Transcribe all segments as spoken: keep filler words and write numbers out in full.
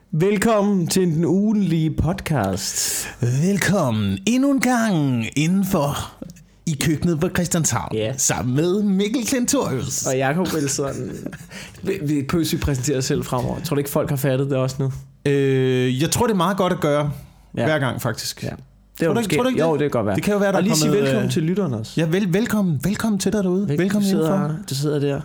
Velkommen til den ugenlige podcast. Velkommen endnu en gang indenfor i køkkenet på Christianshavn, Ja. sammen med Mikkel Klintorius. Og Jakob Wilson. Vi, vi pludselig præsenterer os selv fremover. Tror du ikke, folk har fattet det også nu? Øh, jeg tror, det er meget godt at gøre Ja. hver gang, faktisk. Ja. Tror Det er du jo ikke- tror du ikke Jo, det? det kan godt være. Det kan jo være, der Og lige er sige kommet, velkommen øh, til lytterne også. Ja, vel, velkommen. Velkommen til dig derude. Vel- Velkommen du indenfor. sidder, du sidder der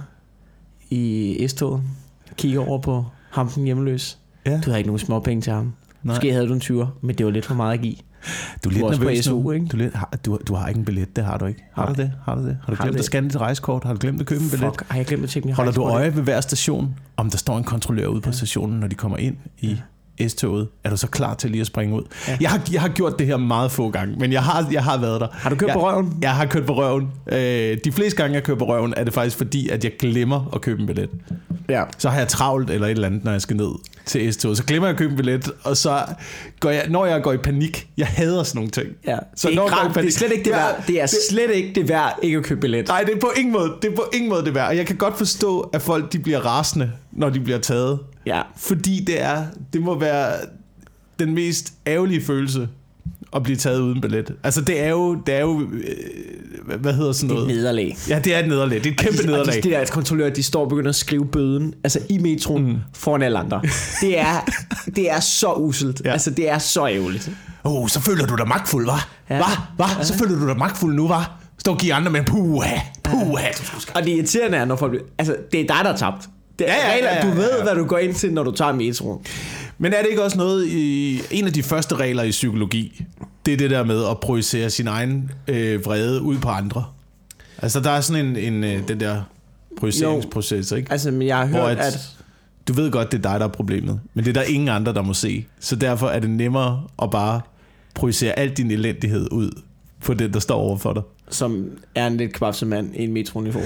i S-toget, kigger over på ham den hjemløs. Ja. Du har ikke nogen små penge til ham. Nej. Måske havde du en tyver, men det var lidt for meget at give. Du er lidt Du er også på nervøs S U, nu. ikke? Du, er lidt, har, du, du har ikke en billet, det har du ikke. Har Nej. du det? Har du det? Har du Har glemt det. at scanne dit rejsekort? Har du glemt at købe en billet? Fuck, har jeg glemt at tjekke min Holder du rejsekort? øje ved hver station, om der står en kontrollør ude på stationen, når de kommer ind i S-toget? Er du så klar til lige at springe ud? Ja. Jeg, har, jeg har gjort det her meget få gange, men jeg har, jeg har været der. Har du kørt jeg, på røven? Jeg har kørt på røven. Øh, de fleste gange, jeg kører på røven, er det faktisk fordi, at jeg glemmer at købe en billet. Ja. Så har jeg travlt eller et eller andet, når jeg skal ned til S-toget. Så glemmer jeg at købe en billet, og så går jeg, når jeg går i panik, jeg hader sådan nogle ting. Ja. Så det, er når ikke jeg går i ret, det er panik- slet ikke det Ja, værd. Det er det- slet ikke det værd ikke at købe billet. Nej, det er på ingen måde, det er på ingen måde det værd. Og jeg kan godt forstå, at folk de bliver rasende, når de bliver taget. Ja. Fordi det er, det må være den mest ærgerlige følelse at blive taget uden billet. Altså det er jo, det er jo, øh, hvad hedder sådan Det er et noget? nederlag. Ja, det er et nederlag. Det er et kæmpe Og de, nederlag. og de, de der kontrollører, de står og begynder at skrive bøden, altså i metroen, mm. foran alle andre. Det er, det er så uselt. Ja. Altså, det er så ærgerligt. Åh, oh, så føler du dig magtfuld, hva? Ja. Hva? Hva? Ja. Så føler du dig magtfuld nu, hva? Stå og give andre med puha, puha. Du skulle skræ- Og det irriterende er, når folk bliver, altså, det er dig, der er tabt. Det er Ja, ja, regler, ja, ja, du ved, ja, ja. hvad du går ind til, når du tager metroen. Men er det ikke også noget i en af de første regler i psykologi? Det er det der med at projicere sin egen øh, vrede ud på andre. Altså der er sådan en, en øh, den der projiceringsproces, ikke? Altså, men jeg har Hvor hørt, at, at... du ved godt, det er dig, der er problemet. Men det er der ingen andre, der må se. Så derfor er det nemmere at bare projicere al din elendighed ud på den, der står overfor dig. som er en lidt kvapset mand i en metrouniform.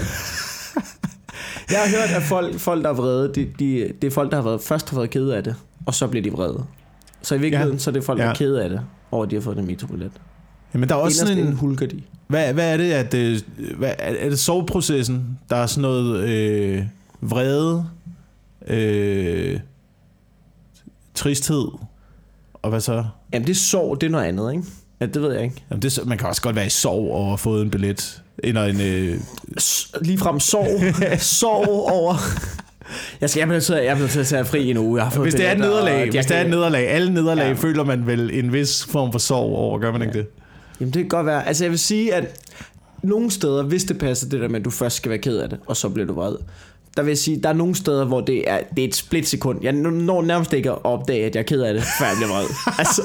Jeg har hørt, at folk, folk der er vrede, de, de, det er folk, der har været, først har været kede af det, og så bliver de vrede. Så i virkeligheden, ja. så er det folk, der Ja. er kede af det, over at de har fået en metrobillet. Jamen der er også sådan en en... hulker de. Hvad, hvad er det, at det, hvad, er det soveprocessen? Der er sådan noget øh, vrede, øh, tristhed, og hvad så? Jamen, det er sorg, det er noget andet, ikke? Ja, det ved jeg ikke. Jamen, det, man kan også godt være i sorg over at have fået en billet. Eller en... Øh, S- ligefrem sorg. sorg over... Jeg skal jeg bliver nødt til at- jeg bliver nødt til at tage fri i en uge. Jeg har fået hvis det er et billetter, og nederlag, jeg hvis det er kan- et nederlag, alle nederlag Ja. ja. føler man vel en vis form for sorg over, gør man ikke det? Jamen, det kan godt være. Altså, jeg vil sige, at nogle steder, hvis det passer det der med, at du først skal være ked af det, og så bliver du vred. Der vil jeg sige, der er nogle steder, hvor det er, det er et splitsekund. Jeg når nærmest ikke at opdage, at jeg er ked af det, før jeg bliver vred. Altså,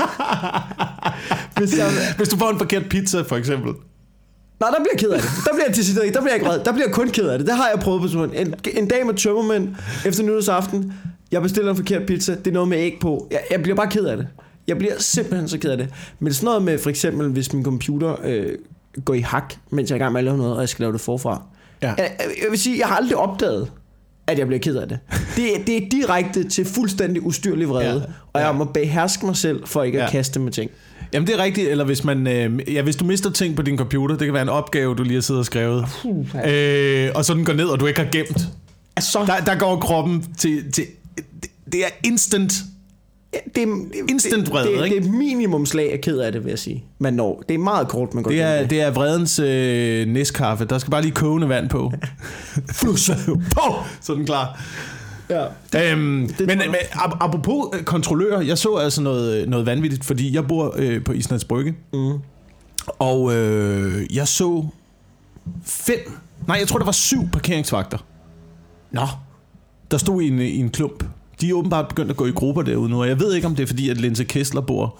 hvis jeg, Hvis du får en forkert pizza, for eksempel. nej, der bliver jeg ked af det. Der bliver jeg til sidst, der bliver jeg ikke vred. Der bliver jeg kun ked af det. Det har jeg prøvet på sådan en, en dag med tømmermænd efter nytårsaften. Jeg bestiller en forkert pizza. Det er noget med æg på. Jeg, jeg bliver bare ked af det. Jeg bliver simpelthen så ked af det. Men sådan noget med, for eksempel, hvis min computer øh, går i hak, mens jeg er i gang med at lave noget, og jeg skal lave det forfra. Ja. Jeg, jeg vil sige, jeg har aldrig opdaget, at jeg bliver ked af det. Det, det er direkte til fuldstændig ustyrlig vrede, Ja. og jeg Ja. må beherske mig selv for ikke at Ja. kaste med ting. Jamen det er rigtigt, eller hvis man øh, ja, hvis du mister ting på din computer, det kan være en opgave, du lige har siddet og skrevet, øh, og så den går ned, og du ikke har gemt. Altså, Der, der går kroppen til, til det, det er instant. det, er, Instant vrede, det, det, ikke? det er minimumslag af ked af det, vil jeg sige. Men når, det er meget kort, man går Det gennem er, det er vredens øh, næskaffe. Der skal bare lige kogende vand på. Flusse på, så er den klar. Ja. Øhm, men, tror jeg. men ap- apropos øh, kontrollører, jeg så altså noget, noget vanvittigt, fordi jeg bor øh, på Islands Brygge, Mm. og øh, jeg så fem, nej jeg tror der var syv parkeringsvagter, Nå, der stod i en, i en klump. De er åbenbart begyndt at gå i grupper derude nu, og jeg ved ikke om det er fordi at Linse Kessler bor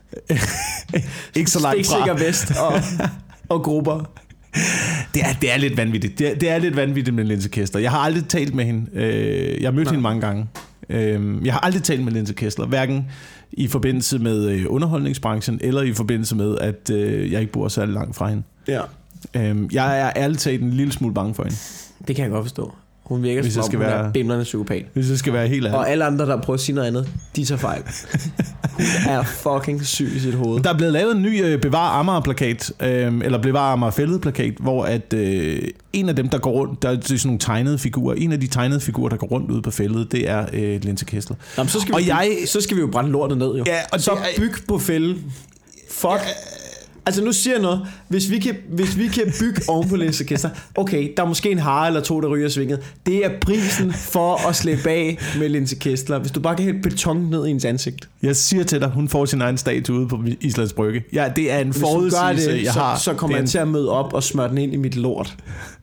ikke så langt fra. Stiksikker vest og, og grupper. Det er, det er lidt vanvittigt. Det er, det er lidt vanvittigt med Linse Kessler. Jeg har aldrig talt med hende. Øh, jeg har mødt Nej. hende mange gange. Øh, jeg har aldrig talt med Linse Kessler, hverken i forbindelse med øh, underholdningsbranchen, eller i forbindelse med, at øh, jeg ikke bor særlig langt fra hende. Ja. Øh, jeg er ærligt talt en lille smule bange for hende, Det kan jeg godt forstå. Hun virker Hvis som jeg om, skal hun være- er bimlerne psykopat. hvis jeg skal være helt ærlig. Og alle andre, der prøver at sige noget andet, de tager fejl. Hun er fucking syg i sit hoved. Der er blevet lavet en ny øh, Bevar Amager-plakat, øh, eller Bevar Amager-fældet-plakat, hvor at øh, en af dem, der går rundt, der er sådan nogle tegnede figurer, en af de tegnede figurer, der går rundt ude på fældet, det er øh, Linse Kessler. Jamen, så, skal og vi, jeg, så skal vi jo brænde lortet ned, jo. Ja, og så det, byg på fælden. Fuck. Ja. Altså nu siger jeg noget. Hvis vi kan, hvis vi kan bygge oven på Linse Kessler, okay, der er måske en hare eller to, der ryger svinget. Det er prisen for at slippe af med Linse Kessler. Hvis du bare kan hælde beton ned i ens ansigt. Jeg siger til dig, hun får sin egen statue ude på Islands Brygge. Ja, det er en forudsigelse, det, jeg så, har. Så kommer jeg en... til at møde op og smøre den ind i mit lort.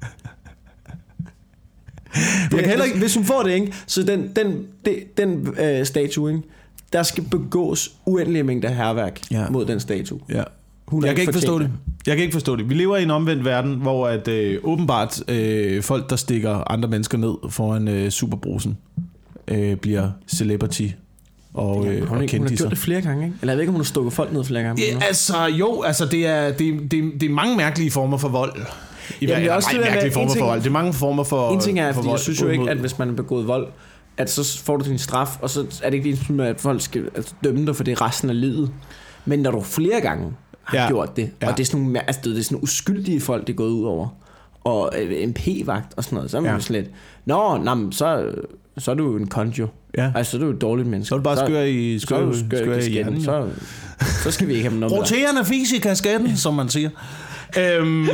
Det, jeg kan heller ikke, hvis hun får det, ikke? Så den, den, den, den øh, statue, ikke? Der skal begås uendelige mængder hærværk ja. mod den statue. Ja. Hun jeg kan ikke forstå det. Jeg kan ikke forstå det. Vi lever i en omvendt verden, hvor at øh, åbenbart øh, folk, der stikker andre mennesker ned foran øh, Superbrusen, øh, bliver celebrity og, øh, ja, hun, og hun har gjort det flere gange, ikke? Eller jeg ved ikke, om hun har stukket folk ned flere gange. Ja, altså, jo, altså, det er, det, det, det er mange mærkelige former for vold. I Jamen, det er også det mærkelige med, former ting, for vold. Det er mange former for en ting er, for fordi vold, jeg synes jo ikke, at hvis man har begået vold, at så får du din straf, og så er det ikke ens med, at folk skal altså, dømme dig for det resten af livet. Men når du flere gange har ja. gjort det, ja. og det er, sådan nogle, altså, det er sådan uskyldige folk, det er gået ud over, og en p-vagt og sådan noget, så er man ja. slet, nå, nå så, så er du en konjo. Ja. Altså, så er du et dårligt menneske. Så er du bare skør i, skør, skør, skør i hjernen. Så, så skal vi ikke have noget. Roterende fis i kasketten, som man siger. øhm...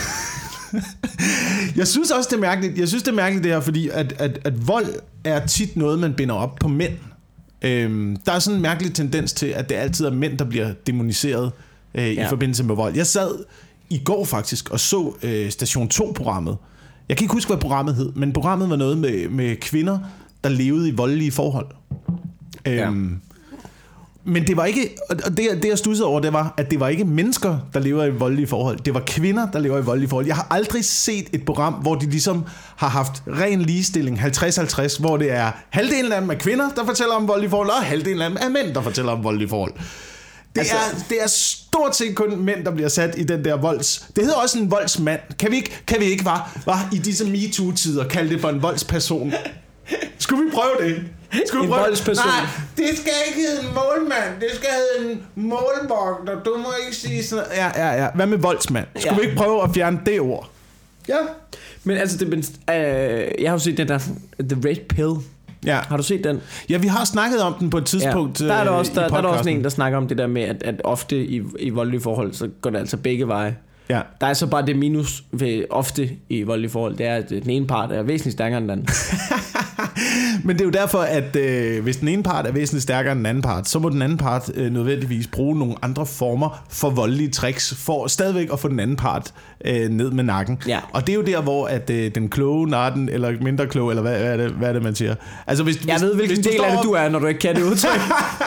Jeg synes også, det er mærkeligt. Jeg synes, det er mærkeligt det her, fordi at, at, at vold er tit noget, man binder op på mænd. Øhm, der er sådan en mærkelig tendens til, at det altid er mænd, der bliver demoniseret øh, ja. i forbindelse med vold. Jeg sad i går faktisk og så øh, Station to-programmet. Jeg kan ikke huske, hvad programmet hed, men programmet var noget med, med kvinder, der levede i voldelige forhold. Ja. Øhm, Men det var ikke, og det, det jeg studsede over, det var, at det var ikke mennesker, der lever i voldelige forhold. Det var kvinder, der lever i voldelige forhold. Jeg har aldrig set et program, hvor de ligesom har haft ren ligestilling, halvtreds halvtreds, hvor det er halvdelen af dem er kvinder, der fortæller om voldelige forhold, og halvdelen af dem er mænd, der fortæller om voldelige forhold. Det, altså, er, det er stort set kun mænd, der bliver sat i den der volds... Det hedder også en voldsmand. Kan vi ikke, kan vi ikke var, var i disse MeToo-tider kalde det for en voldsperson? Skulle vi prøve det? Skulle en voldsperson? Nej, det skal ikke hedde en målmand. Det skal hedde en målvogter. Du må ikke sige sådan noget. Ja, ja, ja. Hvad med voldsmand? Skulle ja. vi ikke prøve at fjerne det ord? Ja. Men altså, det, øh, jeg har jo set den der The Red Pill. Ja. Har du set den? Ja, vi har snakket om den på et tidspunkt. Ja. Der er der også, der, der er der også en, der snakker om det der med, at, at ofte i, i voldelige forhold, så går det altså begge veje. Ja. Der er så bare det minus ved ofte i voldelige forhold, det er, at den ene part er væsentligt stærkere end den anden. Men det er jo derfor, at øh, hvis den ene part er væsentligt stærkere end den anden part, så må den anden part øh, nødvendigvis bruge nogle andre former for voldelige tricks, for stadigvæk at få den anden part øh, ned med nakken. Ja. Og det er jo der, hvor at, øh, den kloge narten, eller mindre kloge, eller hvad, hvad, er det, hvad er det, man siger? Altså, hvis, Jeg hvis, ved, hvilken hvis del af det du er, når du ikke kan det udtryk.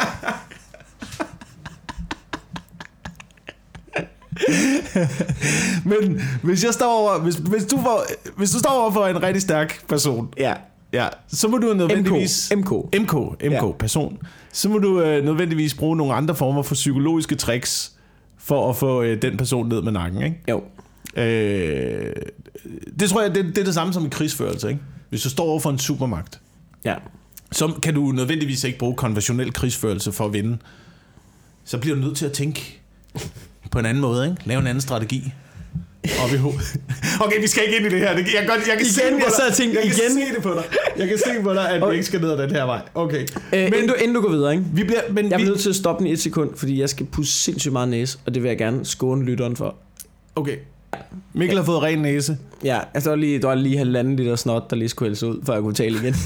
Men hvis jeg står over, hvis, hvis, du får, hvis du står over for en rigtig stærk person, ja. Ja, så må du nødvendigvis... M K. M K, M K, ja. person. Så må du øh, nødvendigvis bruge nogle andre former for psykologiske tricks, for at få øh, den person ned med nakken, ikke? Jo. Øh, det tror jeg, det, det er det samme som i krigsførelse, ikke? Hvis du står over for en supermagt, ja. så kan du nødvendigvis ikke bruge konventionel krigsførelse for at vinde. Så bliver du nødt til at tænke på en anden måde, ikke? Lave en anden strategi. Op i hovedet. Okay, vi skal ikke ind i det her. Jeg kan, godt, jeg kan igen, se det på jeg dig. Jeg, tænkte, jeg igen. kan se det på dig. Jeg kan se på dig, at okay. vi ikke skal ned ad den her vej. Okay. Øh, men, inden, du, inden du går videre, ikke? Vi bliver, men jeg er vi... nødt til at stoppe den i et sekund, fordi jeg skal pusse sindssygt meget næse, og det vil jeg gerne skåne lytteren for. Okay. Mikkel har fået ren næse. Ja, altså der var lige, der var lige halvanden liter snot, der lige skulle hældes ud, før jeg kunne tale igen.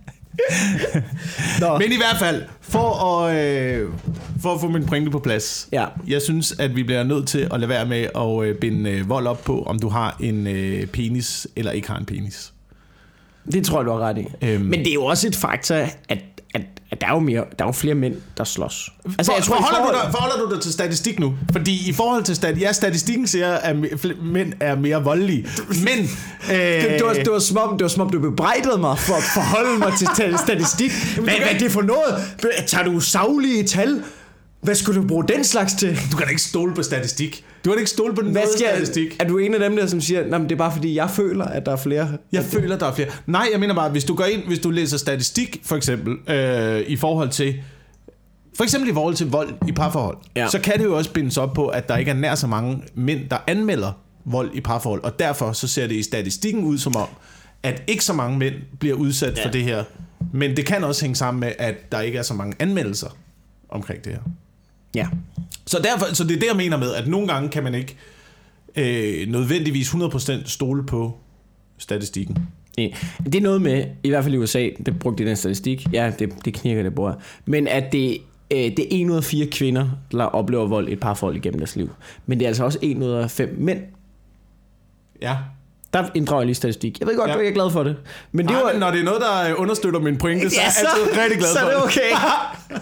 Men i hvert fald, for at, øh, for at få min pointe på plads, ja. jeg synes, at vi bliver nødt til at lade være med at øh, binde øh, vold op på, om du har en øh, penis eller ikke har en penis. Det tror jeg, du har ret i. Øhm. Men det er jo også et faktor, at, at, at der, er jo mere, der er jo flere mænd, der slås. Altså, for, jeg tror, forholder, forhold... du dig, forholder du dig til statistik nu? Fordi i forhold til stat, ja, statistikken siger, at mænd er mere voldelige. Men... Øh... Det, det, var, det, var som om, det var som om, du bebrejdede mig for at forholde mig til statistik. Hvad, hvad er det for noget? Tager du saglige tal? Hvad skulle du bruge den slags til? Du kan da ikke stole på statistik. Du kan da ikke stole på noget statistik. Er du en af dem der, som siger, nej, men det er bare fordi, jeg føler, at der er flere? Jeg føler, der er flere. Nej, jeg mener bare, hvis du går ind, hvis du læser statistik, for eksempel, øh, i forhold til for eksempel i forhold til vold i parforhold, ja. så kan det jo også bindes op på, at der ikke er nær så mange mænd, der anmelder vold i parforhold, og derfor så ser det i statistikken ud som om, at ikke så mange mænd bliver udsat ja. for det her. Men det kan også hænge sammen med, at der ikke er så mange anmeldelser omkring det her. Ja. Så, derfor, så det er det, jeg mener med, at nogle gange kan man ikke øh, nødvendigvis hundrede procent stole på statistikken. Det er noget med, i hvert fald i U S A, det brugte den statistik, ja, det, det knirker det bruger, men at det, øh, det er en ud af fire kvinder, der oplever vold i et parforhold igennem deres liv. Men det er altså også en ud af fem mænd. Ja. Der inddrager jeg lige statistik. Jeg ved godt, ja. du ikke er glad for det. Men det Ej, var... men når det er noget, der understøtter min pointe, ja, så er jeg altid rigtig glad så for det. Så er det okay.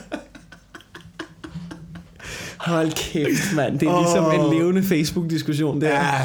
Hold kæft, mand. Det er ligesom oh. en levende Facebook-diskussion der. Ja,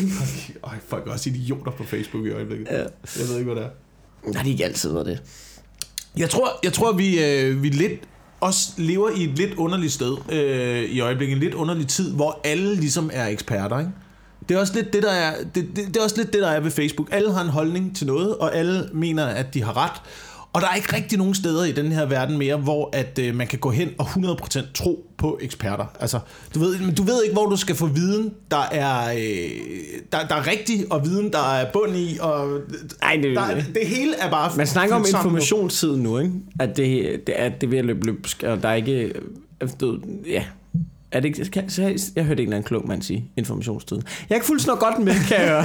Øj, folk er også idioter på Facebook i øjeblikket. Ja. Jeg ved ikke, hvad det er. Nej, det er ikke altid noget det. Jeg tror, jeg tror vi, øh, vi lidt også lever i et lidt underligt sted øh, i øjeblikket. En lidt underlig tid, hvor alle ligesom er eksperter, ikke? Det er også lidt det, der er, det, det, det er også lidt det, der er ved Facebook. Alle har en holdning til noget, og alle mener, at de har ret. Og der er ikke rigtig nogen steder i den her verden mere, hvor at øh, man kan gå hen og hundrede procent tro på eksperter. Altså, du ved, du ved ikke, hvor du skal få viden, der er, øh, der, der er rigtig, og viden, der er bund i. Og Ej, det, der, det, det hele er bare... Man snakker om informationstiden nu, ikke? At det, det, er, det er ved at løbe løbsk, og der er ikke... Ja... Er det ikke, kan, jeg, jeg hørte en eller anden klog mand sige informationstiden. Jeg er ikke fuldstændig godt med, kan jeg høre.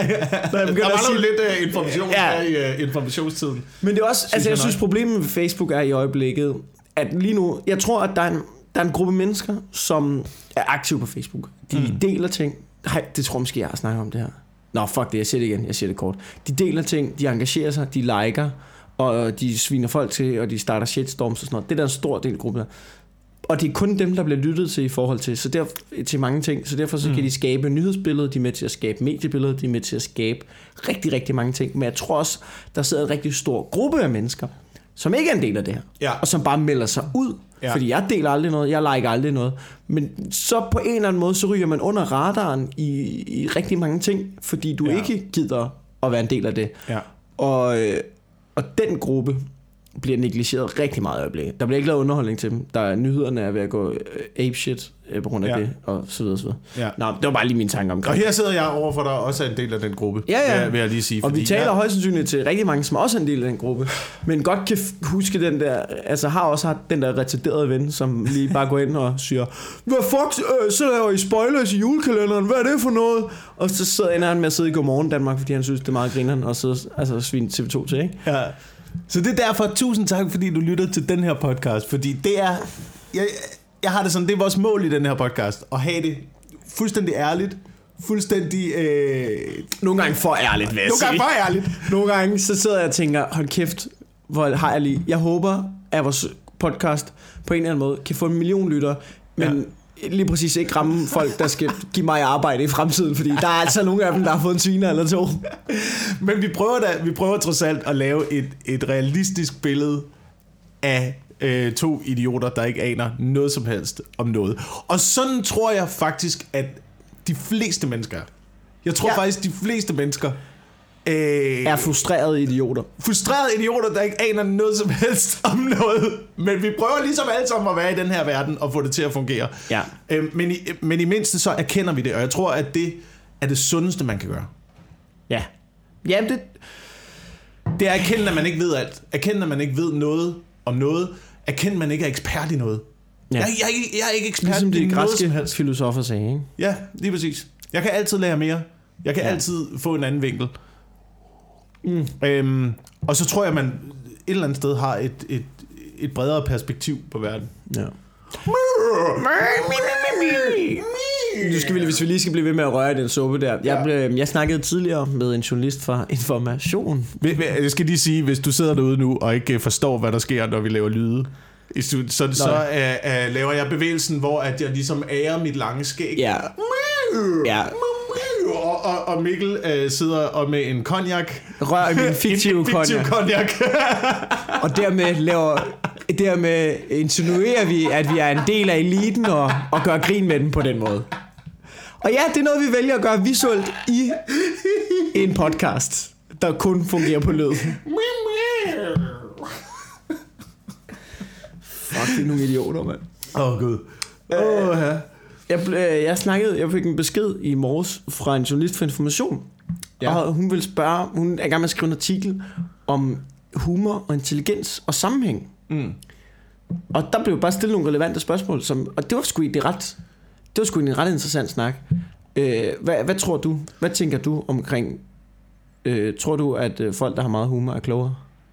Der var sige, lidt uh, information ja. i uh, informationstiden. Men det er også, altså jeg synes problemet med Facebook er i øjeblikket, at lige nu, jeg tror, at der er en, der er en gruppe mennesker, som er aktive på Facebook. De mm. deler ting. Nej, det tror jeg måske, jeg har snakket om det her. Nå, fuck det, jeg siger det igen, jeg siger det kort. De deler ting, de engagerer sig, de liker, og de sviner folk til, og de starter shitstorms og sådan noget. Det er der en stor del af gruppen der. Og det er kun dem, der bliver lyttet til i forhold til, så der, til mange ting. Så derfor så kan mm. de skabe nyhedsbilleder, de er med til at skabe mediebilleder, de er med til at skabe rigtig, rigtig mange ting. Men jeg tror også, der sidder en rigtig stor gruppe af mennesker, som ikke er en del af det her. Ja. Og som bare melder sig ud. Ja. Fordi jeg deler aldrig noget, jeg liker aldrig noget. Men så på en eller anden måde, så ryger man under radaren i, i rigtig mange ting, fordi du ja. ikke gider at være en del af det. Ja. Og, og den gruppe bliver negligeret rigtig meget i øjeblikket. Der bliver ikke lavet underholdning til dem. Der er nyhederne er ved at gå apeshit på grund af ja. det, og så videre, så videre. Ja. Nå, det var bare lige min tanke omkring. Og her sidder jeg overfor dig også er en del af den gruppe. Ja, ja. Vil jeg lige sige. Og vi taler ja. højst sandsynligt til rigtig mange, som også er en del af den gruppe, men godt kan huske den der, altså har også haft den der retarderede ven, som lige bare går ind og siger, hvad fuck, øh, så laver I spoilers i julekalenderen, hvad er det for noget? Og så sidder ender han med at sidde i Godmorgen Danmark, fordi han synes, det er meget grineren, og sidder altså svin T V to til, ikke? Ja. Så det er derfor, tusind tak, fordi du lytter til den her podcast, fordi det er, jeg, jeg har det sådan, det er vores mål i den her podcast, at have det fuldstændig ærligt, fuldstændig... Øh, nogle gange for ærligt, vil jeg Nogle gange for ærligt. Nogle gange, så sidder jeg og tænker, hold kæft, hvor har jeg lige... Jeg håber, at vores podcast på en eller anden måde kan få en million lyttere, men... Ja. Lige præcis ikke ramme folk, der skal give mig arbejde i fremtiden, fordi der er altså nogle af dem, der har fået en sviner eller to. Men vi prøver da, vi prøver trods alt at lave et, et realistisk billede af øh, to idioter, der ikke aner noget som helst om noget. Og sådan tror jeg faktisk, at de fleste mennesker er. Jeg tror ja. faktisk, de fleste mennesker øh, er frustrerede idioter. Frustrerede idioter, der ikke aner noget som helst om noget. Men vi prøver ligesom alle sammen at være i den her verden og få det til at fungere. Ja. Øh, men, i, men i mindste så erkender vi det, og jeg tror, at det er det sundeste, man kan gøre. Ja. Jamen det... Det er at erkende, at man ikke ved alt. Erkende, at man ikke ved noget om noget. Erkende, at man ikke er ekspert i noget. Ja. Jeg, jeg, jeg er ikke ekspert ligesom i de noget som helst. Filosofer sagde, ikke? Ja, lige præcis. Jeg kan altid lære mere. Jeg kan ja. altid få en anden vinkel. Mm. Øhm, og så tror jeg, at man et eller andet sted har et, et, et bredere perspektiv på verden. Ja. Nu skal vi, hvis vi lige skal blive ved med at røre i den suppe der. Jeg, blev, jeg snakkede tidligere med en journalist fra Information. Jeg skal lige sige, hvis du sidder derude nu og ikke forstår, hvad der sker, når vi laver lyde, så, så, så uh, uh, laver jeg bevægelsen, hvor at jeg ligesom ærer mit lange skæg. Ja. Ja. Og, og, og Mikkel øh, sidder og med en cognac. Rør i min fiktive cognac. cognac. Og dermed laver, dermed insinuerer vi, at vi er en del af eliten og, og gør grin med den på den måde. Og ja, det er noget, vi vælger at gøre visuelt i en podcast, der kun fungerer på lyd. Fuck Fuck, det er nogle idioter, mand. Åh, oh, gud. Åh, oh, ja. Jeg, jeg snakkede, jeg fik en besked i morges fra en journalist for Information. Ja. Og hun ville spørge, hun er i gang med at skrive en artikel om humor og intelligens og sammenhæng. Mm. Og der blev bare stillet nogle relevante spørgsmål, som, og det var sgu egentlig ret, det var sgu en ret interessant snak. Øh, hvad, hvad tror du, hvad tænker du omkring, øh, tror du, at øh, folk, der har meget humor, er klogere?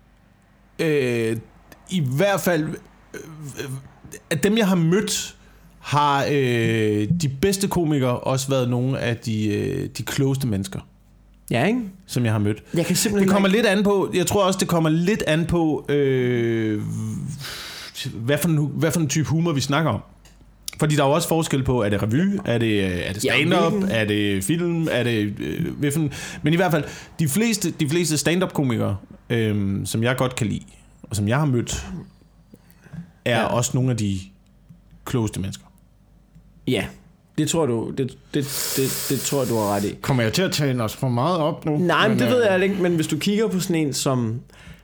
Øh, I hvert fald, øh, at dem, jeg har mødt, har øh, de bedste komikere også været nogle af de, øh, de klogeste mennesker. Ja, ikke? Som jeg har mødt. Jeg kan simpelthen det kommer ikke... lidt an på, jeg tror også, det kommer lidt an på, øh, hvad, for en, hvad for en type humor vi snakker om. Fordi der er jo også forskel på, er det revy, er det, er det stand-up, ja, er det film, er det... Øh, hvilken, men i hvert fald, de fleste, de fleste stand-up-komikere, øh, som jeg godt kan lide, og som jeg har mødt, er ja. også nogle af de klogeste mennesker. Ja, det tror du, det, det, det, det tror du har ret i. Kommer jeg til at tale os for meget op nu? Nej, men det øh... ved jeg ikke, men hvis du kigger på sådan en som...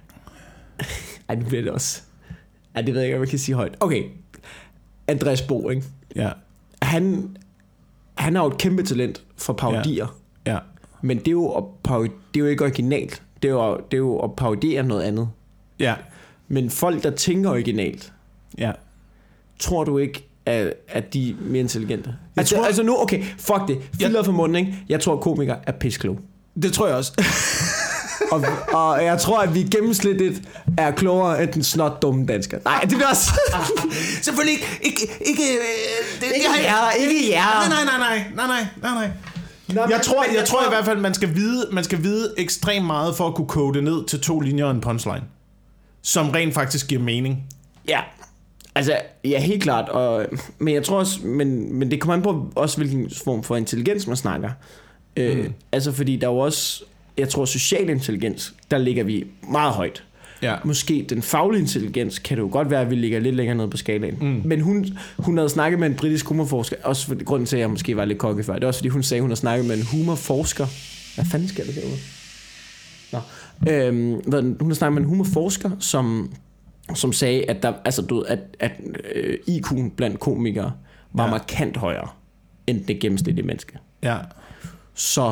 Ej, det bliver det også. Ej, det ved jeg ikke, om jeg kan sige højt. Okay, Andreas Bo, ikke? Ja. Han, han har jo et kæmpe talent for parodier. Ja. Ja. Men det er, jo at parodi- det er jo ikke originalt. Det er jo, det er jo at parodiere noget andet. Ja. Men folk, der tænker originalt, ja. tror du ikke, at, at de er mere intelligente? Altså, tror... altså nu, okay, fuck det. Fylder ja. for munden, ikke? Jeg tror, at komikere er pisklog. Det tror jeg også. og, og jeg tror, at vi gennemsnitligt er klogere end den snot dumme dansker. Nej, det er også... Selvfølgelig ikke... Ikke, ikke, det, ikke jer, ikke jer. Nej, nej, nej, nej, nej, nej, nej. Nå, jeg tror, jeg, jeg tror i hvert fald, man skal vide, man skal vide ekstremt meget for at kunne kode det ned til to linjer og en punchline, som rent faktisk giver mening. Ja, altså ja, helt klart. Og, men jeg tror også, men, men det kommer an på også hvilken form for intelligens man snakker. Mm. Øh, altså fordi der er jo også, jeg tror social intelligens, der ligger vi meget højt. Ja. Måske den faglige intelligens kan det jo godt være, at vi ligger lidt længere nede på skalaen. Mm. Men hun, hun havde snakket med en britisk humorforsker, også for grunden til, at jeg måske var lidt kokke før. Det er også fordi, hun sagde, at hun havde snakket med en humorforsker. Hvad fanden sker der derude? Nå. Øhm, hun har snakket med en humorforsker, som, som sagde, at, der, altså, du, at, at øh, I Q'en blandt komikere var ja. markant højere end det gennemsnitlige menneske. Ja. Så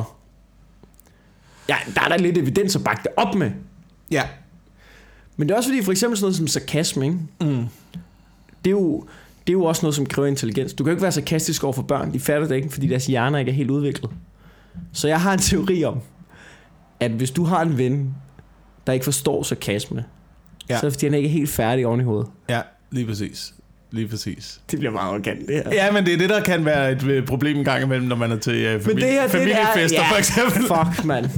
ja, der er der lidt evidens at bakke det op med. Ja. Men det er også fordi, for eksempel sådan noget som sarkasme, ikke? Mm. Det, er jo, det er jo også noget, som kræver intelligens. Du kan jo ikke være sarkastisk over for børn. De fatter det ikke, fordi deres hjerner ikke er helt udviklet. Så jeg har en teori om, at hvis du har en ven, der ikke forstår sarkasme, ja. så er det fordi, han ikke er helt færdig oven i hovedet. Ja, lige præcis. Lige præcis. Det bliver meget arrogant, det her. Ja, men det er det, der kan være et problem en gang imellem, når man er til uh, familie, her, familiefester, er, for eksempel. Fuck, mand.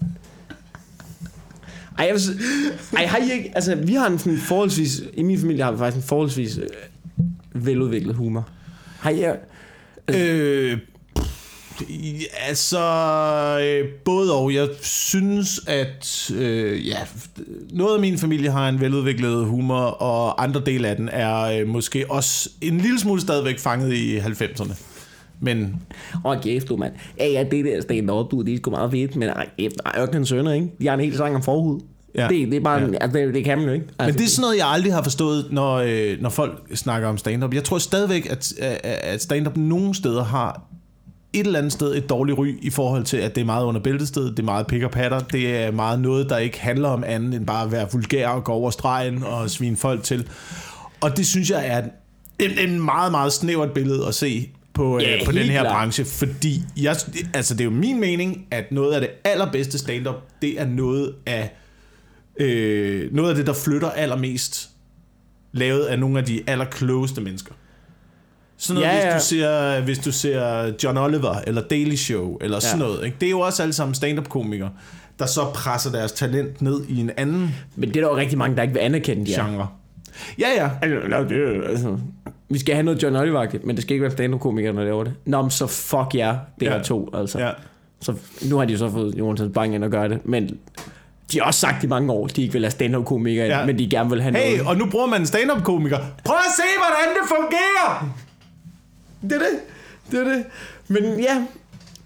Ej, jeg vil, ej, har I ikke... Altså, vi har en sådan forholdsvis... I min familie har vi faktisk en forholdsvis øh, veludviklet humor. Har I... Altså, øh, altså... Øh, både og. Jeg synes, at... Øh, ja, noget af min familie har en veludviklet humor, og andre dele af den er øh, måske også en lille smule stadigvæk fanget i halvfemserne. Men... Åh, oh, kæft, du, mand. Ja, ja, det der stand-up, du, det er sgu meget fedt, men ej, Ørkenens Sønner, ikke? De har en helt sang om forhud. Ja. Det, det er bare... Ja. Altså, det, det kan man jo ikke. Altså, men det er sådan noget, jeg aldrig har forstået, når, øh, når folk snakker om stand-up. Jeg tror stadigvæk, at, at stand-up nogle steder har et eller andet sted et dårligt ry i forhold til, at det er meget under bæltestedet, det er meget pik og patter, det er meget noget, der ikke handler om andet end bare at være vulgær og gå over stregen og svine folk til. Og det synes jeg er en, en meget, meget snævert billede at se på, yeah, øh, på den her klar. branche, fordi jeg, altså det er jo min mening, at noget af det allerbedste stand-up, det er noget af øh, noget af det, der flytter allermest, lavet af nogle af de allerklogeste mennesker. Sådan noget, ja, ja. Hvis, du ser, hvis du ser John Oliver eller Daily Show eller sådan ja. noget, ikke? Det er jo også alle sammen stand-up-komikere, der så presser deres talent ned i en anden. Men det er der jo rigtig mange, der ikke vil anerkende, de genre. Ja, ja. Altså, det, altså, vi skal have noget John Oliver-agtigt, men det skal ikke være stand-up-komikere, når det laver det. Nå, men så fuck jer, yeah, det ja. er to, altså. Ja. Så nu har de jo så fået Jonas Bang ind at gøre det, men de har også sagt i mange år, de ikke vil have stand-up-komikere, ja. men de gerne vil have hey, noget. Hey, og nu bruger man en stand-up-komiker. Prøv at se, hvordan det fungerer! Det er det. Det er det. Men ja.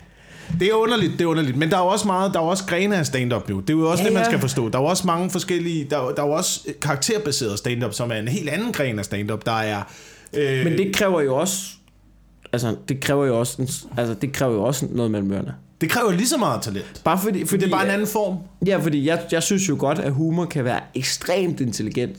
Det er underligt, det er underligt. Men der er jo også meget, der er også grene af stand-up nu. Det er jo også ja, det, man skal forstå. Der er jo også mange forskellige, der, der er jo også karakterbaseret stand-up, som er en helt anden gren af stand-up. Der er... Øh... Men det kræver jo også... Altså, det kræver jo også, altså, det kræver jo også noget mellem ørerne. Det kræver lige så meget talent. Bare fordi, fordi det er bare en anden form. Ja, fordi jeg, jeg synes jo godt, at humor kan være ekstremt intelligent.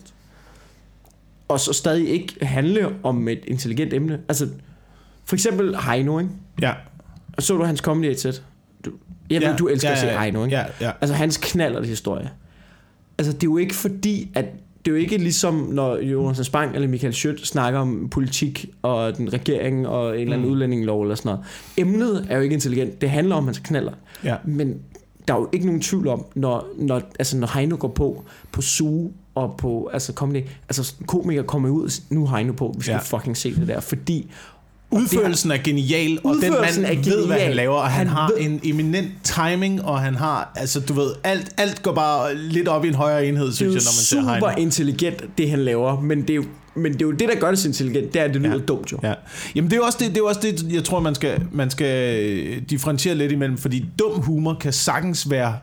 Og så stadig ikke handle om et intelligent emne. Altså, for eksempel Heino, ikke? Ja. Så du hans comedy set? Du, jeg ved, ja, du elsker ja, ja, at se Heino, ikke? Ja, ja. Altså, hans knalder historie. Altså, det er jo ikke fordi, at... Det er jo ikke ligesom, når Jonas Spang eller Michael Schødt snakker om politik og den regering og en eller anden mm. udlændingelov eller sådan noget. Emnet er jo ikke intelligent. Det handler om hans knaller. Ja. Men der er jo ikke nogen tvivl om, når, når, altså, når Heino går på, på Zoo og på altså, comedy, altså komikere kommer ud, nu er Heino på, vi skal ja. fucking se det der, fordi... Udførelsen er genial, og den mand ved, hvad han laver, og han, han har ved... en eminent timing, og han har, altså du ved, alt, alt går bare lidt op i en højere enhed, synes jeg, når man ser Heino. Det er super intelligent, det han laver, men det er jo, men det er jo det, der gør det så intelligent, det er, at det lyder ja. dumt jo. Ja. Jamen det er jo også det, det er også det, jeg tror, man skal, man skal differentiere lidt imellem, fordi dum humor kan sagtens være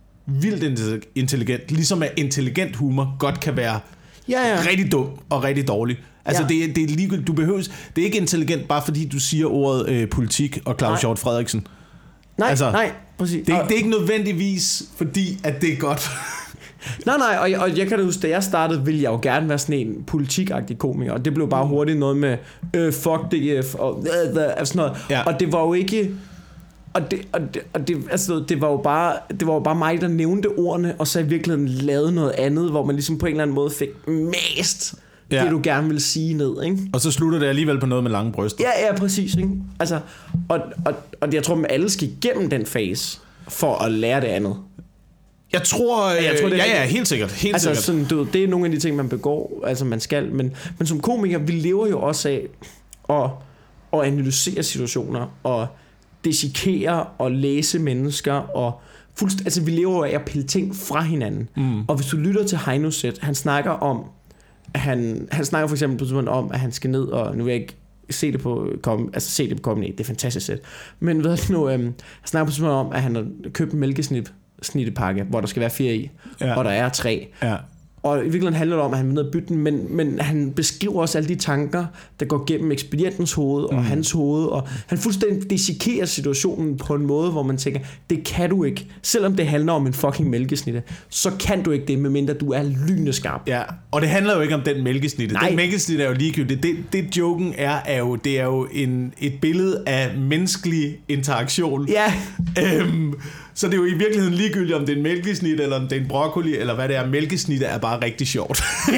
vildt intelligent, ligesom at intelligent humor godt kan være ja, ja. rigtig dum og rigtig dårlig. Altså ja. det, det er ligegyldigt, du behøves, det er ikke intelligent bare fordi du siger ordet øh, politik og Claus Hjort Frederiksen. Nej, altså, nej, præcis. Det, det er ikke nødvendigvis fordi at det er godt. nej, nej, og, og jeg kan da huske, da jeg startede, ville jeg jo gerne være sådan en politikagtig komiker, og det blev bare hurtigt noget med øh, fuck D F og øh, øh, sådan noget. Ja. Og det var jo ikke og det og det, og det altså det var jo bare det var jo bare mig der nævnte ordene og så i virkeligheden lavede noget andet, hvor man ligesom på en eller anden måde fik mest ja. det du gerne vil sige ned, ikke? Og så slutter det alligevel på noget med lange bryster. Ja, ja, præcis, ikke? Altså, og, og, og jeg tror, at alle skal igennem den fase for at lære det andet. Jeg tror, øh, jeg tror det er, ja, ja, helt sikkert, helt altså, sikkert. Sådan, du, det er nogle af de ting, man begår, altså man skal, men, men som komiker, vi lever jo også af at, at analysere situationer, og dissekere, og læse mennesker, og fuldst, altså vi lever jo af at pille ting fra hinanden. Mm. Og hvis du lytter til Heino Set, han snakker om, Han, han snakker for eksempel på om, at han skal ned, og nu vil jeg ikke se det på, kom, altså se det på Comedy, det er fantastisk sæt. Men ved du nu, øhm, han snakker på om, at han har købt en mælkesnit snittepakke, hvor der skal være fire i, ja. og der er tre. Ja. Og i virkeligheden handler det om, at han vil ned og bytte den, men, men han beskriver også alle de tanker, der går gennem ekspedientens hoved og mm. hans hoved, og han fuldstændig dissekerer situationen på en måde, hvor man tænker, det kan du ikke. Selvom det handler om en fucking mælkesnitte, så kan du ikke det, medmindre du er lyneskarp. Ja, og det handler jo ikke om den mælkesnitte. Nej. Den mælkesnitte er jo ligegyldigt. Det, det joken er, er jo, det er jo en, et billede af menneskelig interaktion. Ja. Øhm, Så det er jo i virkeligheden ligegyldigt, om det er en mælkesnit, eller om det er en broccoli, eller hvad det er. Mælkesnitte er bare rigtig sjovt. Ja.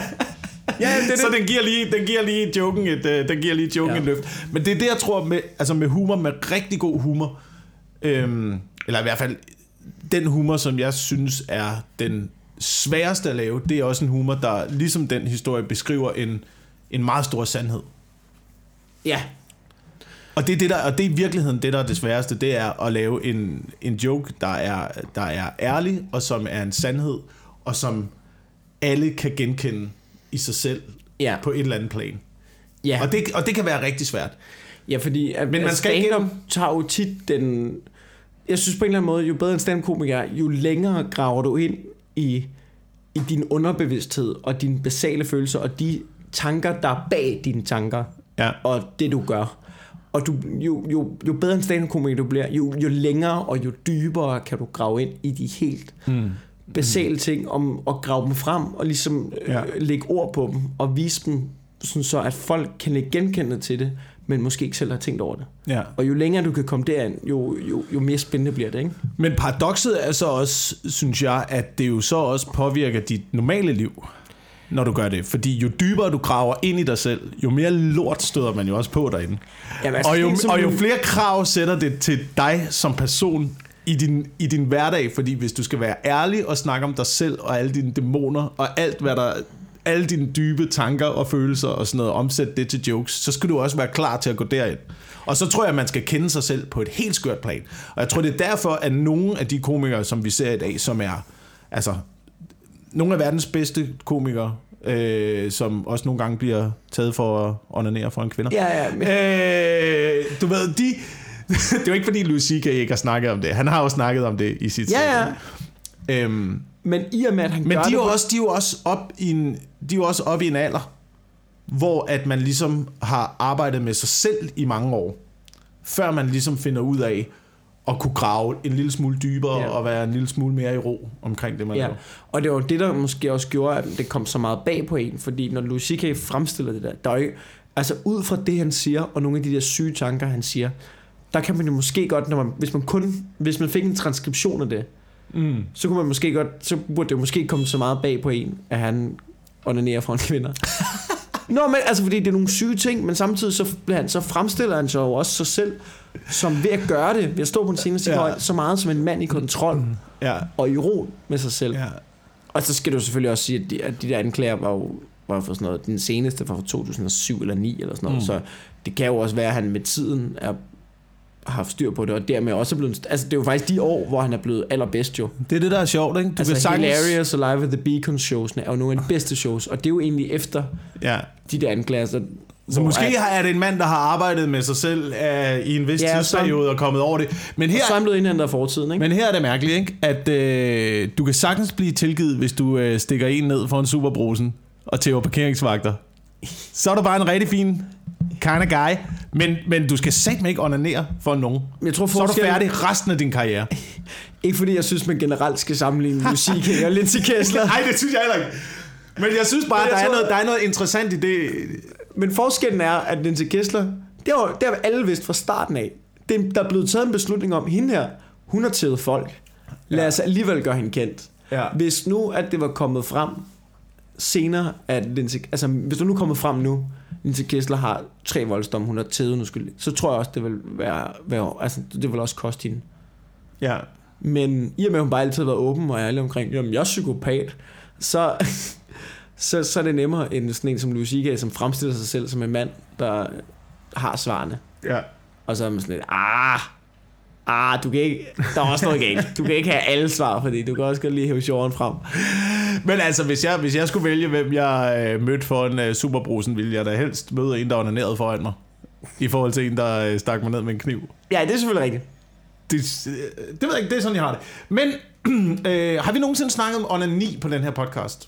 Ja, det, det. Så den giver lige, den giver lige joken et, uh, den giver lige joken ja. et løft. Men det er det, jeg tror, med, altså med humor, med rigtig god humor, øhm, eller i hvert fald den humor, som jeg synes er den sværeste at lave, det er også en humor, der ligesom den historie beskriver en, en meget stor sandhed. Ja. Og det er det der, og det er i virkeligheden det der er det sværeste, det er at lave en en joke, der er der er ærlig, og som er en sandhed, og som alle kan genkende i sig selv ja. på et eller andet plan. Ja. Og det og det kan være rigtig svært. Ja, fordi at, men man skal ikke tager jo tit den. Jeg synes på en eller anden måde, jo bedre en stand-up-komiker, jo længere graver du ind i i din underbevidsthed og dine basale følelser og de tanker der er bag dine tanker ja. og det du gør. Og du, jo, jo, jo bedre en stand-up-komiker du bliver, jo, jo længere og jo dybere kan du grave ind i de helt mm. basale ting, om at grave dem frem og ligesom ja. øh, lægge ord på dem og vise dem, sådan så at folk kan ikke genkende til det, men måske ikke selv har tænkt over det. Ja. Og jo længere du kan komme derind, jo, jo, jo mere spændende bliver det, ikke? Men paradokset er så også, synes jeg, at det jo så også påvirker dit normale liv, når du gør det. Fordi jo dybere du graver ind i dig selv, jo mere lort støder man jo også på derinde. Jamen, altså, og, jo, og jo flere krav sætter det til dig som person i din, i din hverdag. Fordi hvis du skal være ærlig og snakke om dig selv og alle dine dæmoner og alt hvad der, alle dine dybe tanker og følelser og sådan noget, omsætte det til jokes, så skal du også være klar til at gå derind. Og så tror jeg, at man skal kende sig selv på et helt skørt plan. Og jeg tror, det er derfor, at nogle af de komikere, som vi ser i dag, som er altså nogle af verdens bedste komikere, øh, som også nogle gange bliver taget for at onanere for en kvinde. Ja, ja. Men... Øh, du ved, de, Det er jo ikke fordi Louis C K ikke har snakket om det. Han har jo snakket om det i sit Ja, ja. Øhm, Men i og med, at han men gør de er, det... jo også, de er jo også op i en, de er jo også op i en alder, hvor at man ligesom har arbejdet med sig selv i mange år, før man ligesom finder ud af at kunne grave en lille smule dybere ja. og være en lille smule mere i ro omkring det, man Ja, laver. og det var det, der måske også gjorde, at det kom så meget bag på en, fordi når Louis C K fremstiller det der, der er jo ikke, altså ud fra det, han siger, og nogle af de der syge tanker, han siger, der kan man jo måske godt, når man, hvis man kun, hvis man fik en transkription af det, mm. så kunne man måske godt, så burde det måske komme så meget bag på en, at han onanerer foran kvinder. Nå, men altså, fordi det er nogle syge ting, men samtidig så, han, så fremstiller han sig jo også sig selv, som ved at gøre det, ved at stå på en scene og sige, ja. så meget som en mand i kontrol, mm. ja. og i ro med sig selv. Ja. Og så skal du selvfølgelig også sige, at de, at de der anklager var jo var for sådan noget, den seneste fra to tusind og syv eller ni eller sådan noget, mm. så det kan jo også være, at han med tiden er har haft styr på det, og dermed også er blevet... Altså, det er jo faktisk de år, hvor han er blevet allerbedst jo. Det er det, der er sjovt, ikke? Du altså, sagtens... Hilarious og Live at the Beacon shows er jo nogle af de bedste shows, og det er jo egentlig efter ja. de der anklager. Så, så måske at, er det en mand, der har arbejdet med sig selv uh, i en vis ja, tidsperiode og kommet over det. Men her, og så er han blevet indhentet af fortiden, ikke? Men her er det mærkeligt, ikke? At uh, du kan sagtens blive tilgivet, hvis du uh, stikker en ned for en superbrusen og tæver parkeringsvagter. Så er du bare en rigtig fin kind of guy. Men, men du skal satme ikke onanere for nogen. Jeg tror, så er du færdig resten af din karriere. Ikke fordi jeg synes, man generelt skal sammenligne musik og Lindsey Kessler. Nej, det synes jeg heller ikke. Men jeg synes bare, at der, tror, er noget, der er noget interessant i det. Men forskellen er, at Lindsey Kessler, det har, det har alle vidst fra starten af. Det, der er blevet taget en beslutning om, hende her, hun har tævet folk. Lad os alligevel gøre hende kendt. Ja. Hvis nu, at det var kommet frem senere, at Lindsey, altså hvis du nu kommer frem nu, Lindsey Kessler har tre voldsdomme, hun har tævet nu skyld, så tror jeg også, det vil være, være altså det vil også koste hende. Ja. Men i og med, at hun bare altid har været åben og ærlig omkring, jamen jeg er psykopat, så, så, så er det nemmere end sådan en som Louis C K, som fremstiller sig selv som en mand, der har svarene. Ja. Og så er man sådan lidt, ah, ah, du kan ikke, der er også noget galt. Du kan ikke have alle svar, fordi du kan også godt lige hæve sjoveren frem. Men altså, hvis jeg, hvis jeg skulle vælge, hvem jeg øh, mødte foran øh, superbrusen, ville jeg da helst møde en, der onanerede foran mig. I forhold til en, der øh, stak mig ned med en kniv. Ja, det er selvfølgelig rigtigt. Det, øh, det ved jeg ikke, det er sådan, jeg har det. Men øh, har vi nogensinde snakket om onani på den her podcast?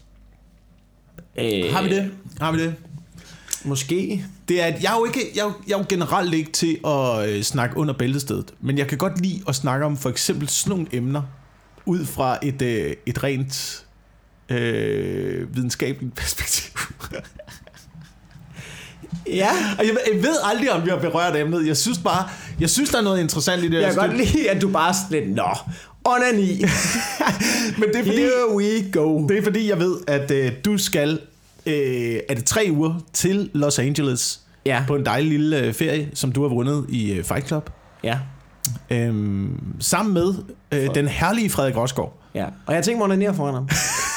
Øh, har vi det? Har vi det? Måske. Det er, at jeg er jo ikke, jeg er jo, jeg er jo generelt ikke til at øh, snakke under bæltestedet, men jeg kan godt lide at snakke om for eksempel sådan nogle emner, ud fra et, øh, et rent øh, videnskabeligt perspektiv. Ja. Og jeg, jeg ved aldrig, om vi har berørt emnet. Jeg synes bare, jeg synes, der er noget interessant i det. Jeg kan godt lide, at du bare sådan lidt, nå, onani. Men det er fordi, here we go. Det er fordi, jeg ved, at øh, du skal, øh, er det tre uger til Los Angeles, ja. På en dejlig lille øh, ferie, som du har vundet i øh, Fight Club. Ja. Øhm, sammen med øh, den herlige Frederik Rosgaard. Ja, og jeg tænker mig at onanere foran ham.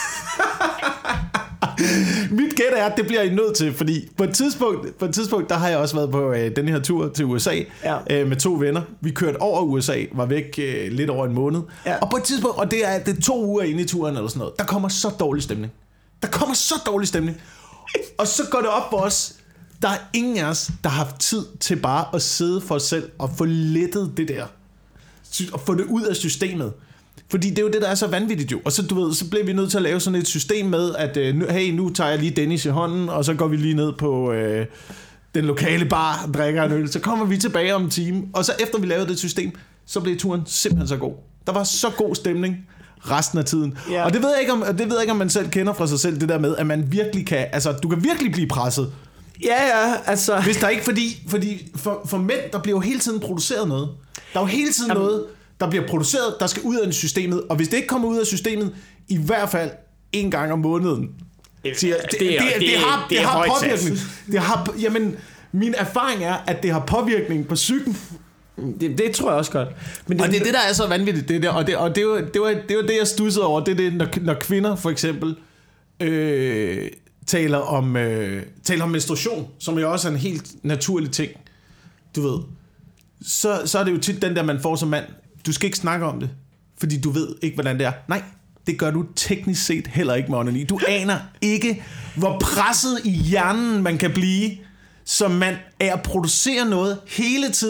Mit gæt er, at det bliver I nødt til, fordi på et tidspunkt, på et tidspunkt der har jeg også været på øh, den her tur til U S A, ja. øh, med to venner. Vi kørte over U S A, var væk øh, lidt over en måned. Ja. Og på et tidspunkt, og det er, det er to uger inde i turen eller sådan noget, der kommer så dårlig stemning. Der kommer så dårlig stemning. Og så går det op for os, der er ingen af os, der har haft tid til bare at sidde for os selv og få lettet det der. Og få det ud af systemet. Fordi det er jo det, der er så vanvittigt jo. Og så, du ved, så bliver vi nødt til at lave sådan et system med, at øh, hey, nu tager jeg lige Dennis i hånden, og så går vi lige ned på øh, den lokale bar og drikker en øl. Så kommer vi tilbage om en time. Og så efter vi lavede det system, så blev turen simpelthen så god. Der var så god stemning resten af tiden. Yeah. Og det ved jeg ikke om, det ved jeg ikke, om man selv kender fra sig selv, det der med, at man virkelig kan, altså du kan virkelig blive presset. Ja, ja, altså. Hvis der ikke, fordi, fordi for, for mænd, der bliver jo hele tiden produceret noget. Der er jo hele tiden Jamen. noget, der bliver produceret, der skal ud af systemet. Og hvis det ikke kommer ud af systemet, i hvert fald en gang om måneden. Det, det, det, det, det, det har, det har påvirkning. Det har, jamen, min erfaring er, at det har påvirkning på psyken. Det, det tror jeg også godt. Men det, og det er det, der er så vanvittigt. Det der, og det, og det, var, det, var, det var det, jeg studsede over. Det er det, når, når kvinder for eksempel øh, taler, om, øh, taler om menstruation, som jo også er en helt naturlig ting. Du ved. Så, så er det jo tit den der, man får som mand. Du skal ikke snakke om det, fordi du ved ikke, hvordan det er. Nej, det gør du teknisk set heller ikke med onani. Du aner ikke, hvor presset i hjernen man kan blive, som man er at producere noget hele tiden,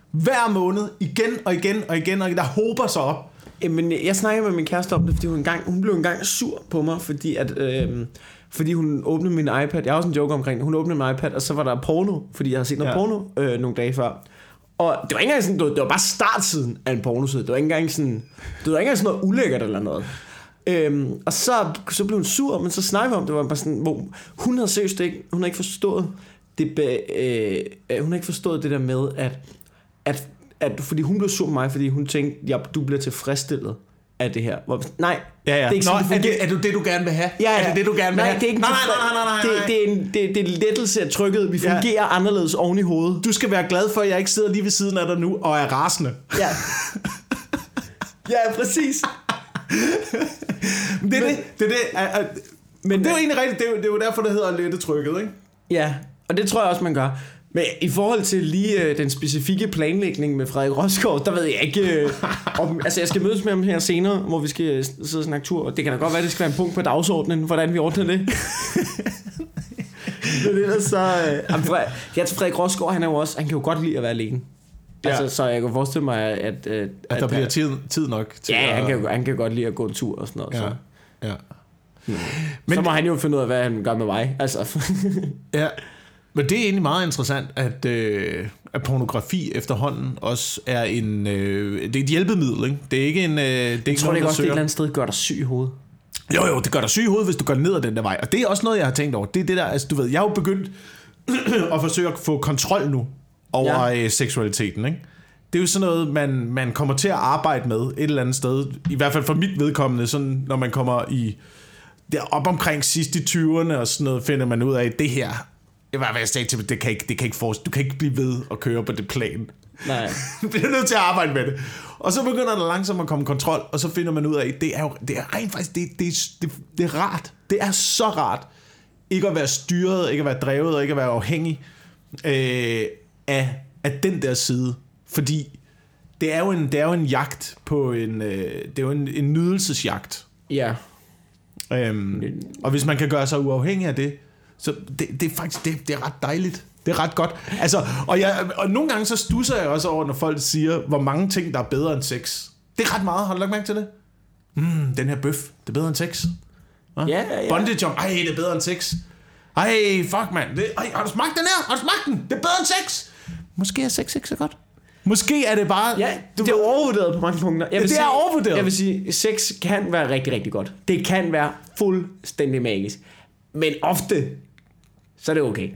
Hver måned, igen og igen og igen, og der hober sig op. Jamen, jeg snakkede med min kæreste om det, fordi hun, engang, hun blev engang sur på mig, fordi at... Øh, fordi hun åbnede min iPad. Jeg har også en joke omkring det. Hun åbnede min iPad, og så var der porno, fordi jeg havde set noget ja. porno øh, nogle dage før. Og det var ikke engang sådan, det var, det var bare startsiden af en pornoside. Det var ikke engang sådan, det var ikke engang sådan noget ulækkert eller noget. Øhm, og så, så blev hun sur, men så snakkede vi om, det var bare sådan, hvor hun havde seriøst ikke, hun havde ikke forstået det, øh, hun havde ikke forstået det der med, at, at, at fordi hun blev sur med mig, fordi hun tænkte, ja, du bliver tilfredsstillet af det her. Hvor, nej, ja, ja. det er ikke sådan, Nå, det er, det, er det det, du gerne vil have? Ja, ja. Er det det, du gerne vil nej, have? Det er ikke nej, nej, nej, nej, nej, nej. Det, det, er en, det, det er lettelse af trykket. Vi fungerer ja. anderledes oven i hovedet. Du skal være glad for, at jeg ikke sidder lige ved siden af dig nu og er rasende. Ja, ja præcis. Men det er det. Det er det. Er, er, men det er jo egentlig rigtigt. Det er jo, det er jo derfor, det hedder lette trykket, ikke? Ja, og det tror jeg også, man gør. Men i forhold til lige øh, den specifikke planlægning med Frederik Rosgaard, der ved jeg ikke... Øh, om, altså, jeg skal mødes med ham her senere, hvor vi skal sidde og snakke tur, og det kan da godt være, det skal være en punkt på dagsordenen, hvordan vi ordner det. Men ellers så... Øh, Frederik, ja, til Frederik Rosgaard, han er jo også... Han kan jo godt lide at være alene. Ja. Altså, så jeg kan forestille mig, at... At, at, at der bliver tid, tid nok til ja, at... han kan, han kan godt lide at gå en tur og sådan noget. Ja, så. ja. Hmm. Men, så må han jo finde ud af, hvad han gør med mig. Altså... ja. Men det er egentlig meget interessant, at, øh, at pornografi efterhånden også er en... Øh, det er et hjælpemiddel, ikke? Det er ikke en... Øh, det er ikke jeg tror, det også, det et eller andet sted gør dig syg i hovedet. Jo, jo, det gør dig syg i hovedet, hvis du går ned ad den der vej. Og det er også noget, jeg har tænkt over. Det er det der, altså du ved, jeg har jo begyndt at forsøge at få kontrol nu over ja. øh, seksualiteten, ikke? Det er jo sådan noget, man, man kommer til at arbejde med et eller andet sted. I hvert fald for mit vedkommende, sådan, når man kommer i... Der op omkring sidst i tyverne og sådan noget, finder man ud af, det her... Det var, hvad jeg sagde til mig, det kan ikke, det kan ikke forestille. Du kan ikke blive ved at køre på det plan. Nej. Du bliver nødt til at arbejde med det. Og så begynder der langsomt at komme kontrol, og så finder man ud af, det er jo det er rent faktisk, det, det, det, det er rart. Det er så rart. Ikke at være styret, ikke at være drevet, og ikke at være afhængig øh, af, af den der side. Fordi det er jo en, det er jo en jagt på en, øh, det er jo en, en nydelsesjagt. Ja. Øhm, og hvis man kan gøre sig uafhængig af det, så det, det er faktisk det, det er ret dejligt. Det er ret godt. Altså, og, jeg, og nogle gange så stusser jeg også over, når folk siger, hvor mange ting, der er bedre end sex. Det er ret meget. Har du lagt mærke til det? Mm, den her bøf, det er bedre end sex. Ja, ja, ja. Bondage jump, ej, det er bedre end sex. Ej, fuck, mand. Det, ej, har du smagt den her? Har du smagt den? Det er bedre end sex. Måske er sex ikke så godt. Måske er det bare... Ja, du det er overvurderet på mange punkter. Jeg vil det sige, er overvurderet. Jeg vil sige, sex kan være rigtig, rigtig godt. Det kan være fuldstændig magisk. Men ofte, så er det okay.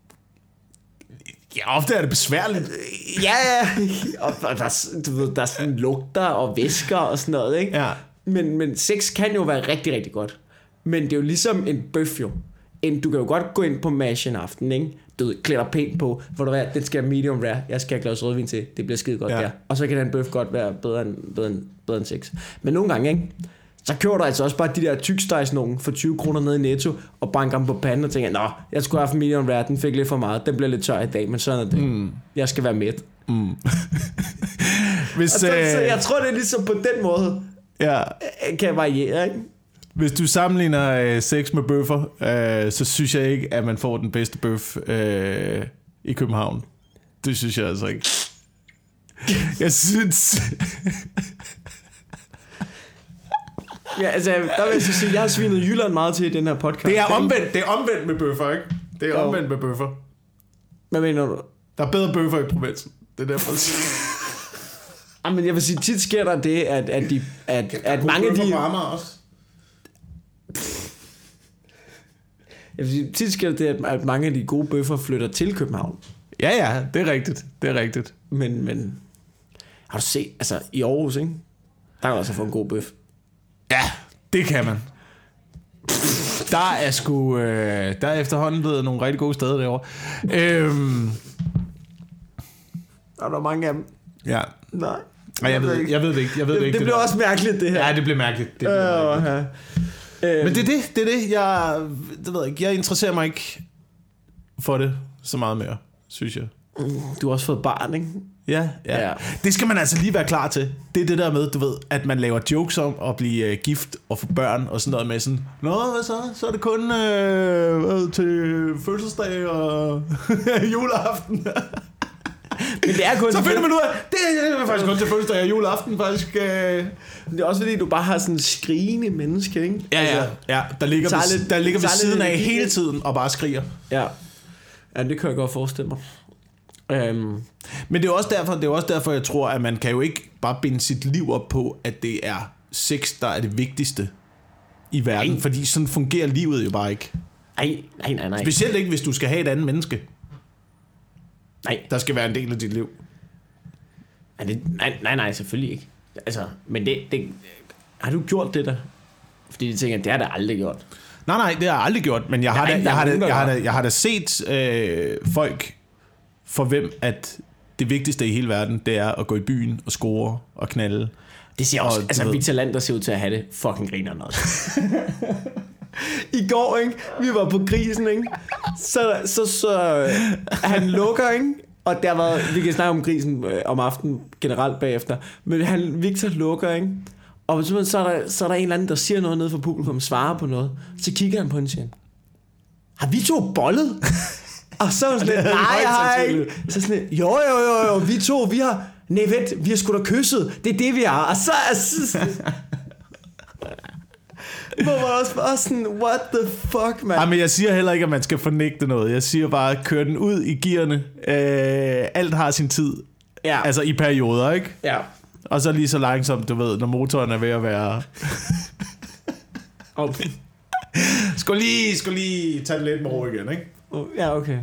Ja, ofte er det besværligt. Ja, ja. Og der, du ved, der er sådan lugter og væsker og sådan noget, ikke? Ja. Men, men sex kan jo være rigtig, rigtig godt. Men det er jo ligesom en bøf jo. En, du kan jo godt gå ind på Mash en aften, ikke? Du ved, klæder pænt på, hvor du ved, den skal medium rare. Jeg skal have glas rødvin til. Det bliver skide godt ja. der. Og så kan den bøf godt være bedre end, bedre end, bedre end sex. Men nogle gange, ikke? Så kører du altså også bare de der tykstejsnogen for tyve kroner ned i Netto, og banker dem på panden og tænker, nå, jeg skulle have haft medium rare, den fik lidt for meget, den bliver lidt tør i dag, men sådan er det. Mm. Jeg skal være mæt. Mm. Hvis, så, øh... så jeg tror, det er ligesom på den måde, ja. Kan variere, ikke? Hvis du sammenligner øh, sex med bøffer, øh, så synes jeg ikke, at man får den bedste bøf øh, i København. Det synes jeg altså ikke. Jeg synes... Ja, altså, der vil jeg sige, jeg har svinet Jylland meget til i den her podcast. Det er omvendt, det er omvendt med bøffer, ikke? Det er omvendt med bøffer. Hvad mener du? Der er bedre bøffer i provinsen. Det er derfor. Jamen, jeg vil sige, tit sker der det, at, at, de, at, kan, at mange af de... Også? Jeg vil sige, tit sker der det, at mange af de gode bøffer flytter til København. Ja, ja, det er rigtigt. Det er rigtigt. Men, men har du set, altså i Aarhus, ikke? Der kan du altså få en god bøf. Ja, det kan man. Der er sgu øh, der er efterhånden blevet nogle rigtig gode steder derovre. Øhm. Og der er mange af dem. Ja. Nej. Jeg, jeg, ved, jeg ved det ikke. Jeg ved det, det ikke. Det bliver også mærkeligt, det her. Ja, det bliver mærkeligt. Det bliver øh, mærkeligt. Øh. Men det er det, det er det. Jeg, det ved jeg ikke. Jeg interesserer mig ikke for det så meget mere, synes jeg. Du har også fået barn, ikke? Ja, ja, ja. Det skal man altså lige være klar til. Det er det der med, du ved, at man laver jokes om at blive uh, gift og få børn og sådan noget med sådan, nå, hvad så? Så er det kun uh, hvad, til fødselsdag og juleaften. Men det er kun så finder man ud af, det er faktisk kun til fødselsdag og juleaften, faktisk. Øh. Det er også fordi, du bare har sådan en skrigende menneske, ikke? Ja, ja, altså, ja. Der ligger, ved, lidt, der ligger ved siden af lidt, hele tiden og bare skriger. Ja, ja, det kan jeg godt forestille mig. Um, Men det er også derfor, det er også derfor, jeg tror, at man kan jo ikke bare binde sit liv op på, at det er sex, der er det vigtigste i verden. Nej. Fordi sådan fungerer livet jo bare ikke. Nej, nej, nej, nej. Specielt ikke, hvis du skal have et andet menneske. Nej. Der skal være en del af dit liv. Nej, det, nej, nej, nej, selvfølgelig ikke. Altså, men det, det... Har du gjort det der? Fordi de tænker, det har jeg da aldrig gjort. Nej, nej, det har jeg aldrig gjort, men jeg har, da, jeg, har da, jeg, har da, jeg har da set øh, folk, for hvem at det vigtigste i hele verden, det er at gå i byen og score og knalde. Det siger også, og, altså Victor Lander ser ud til at have det fucking griner noget. I går, ikke? Vi var på Grisen, ikke? Så, så, så han lukker, ikke? Og der var, vi kan snakke om Grisen øh, om aftenen generelt bagefter, men han, Victor lukker, ikke? Og så er, der, så er der en eller anden, der siger noget nede for publikum, svarer på noget. Så kigger han på hende og siger, har vi to bollet? Og så er sådan lidt, nej, jeg har ikke. Så sådan lidt, jo, jo, jo, jo, vi to, vi har, nej, vent, vi har sgu da kysset. Det er det, vi har. Og så er så... Hvor var også bare sådan, what the fuck, man. Ja, men jeg siger heller ikke, at man skal fornægte noget. Jeg siger bare, kør den ud i gearne. Øh, alt har sin tid. Ja. Altså i perioder, ikke? Ja. Og så lige så langsomt, du ved, når motoren er ved at være... Okay. Skal lige, skal lige tage det lidt med ro igen, ikke? Ja, okay.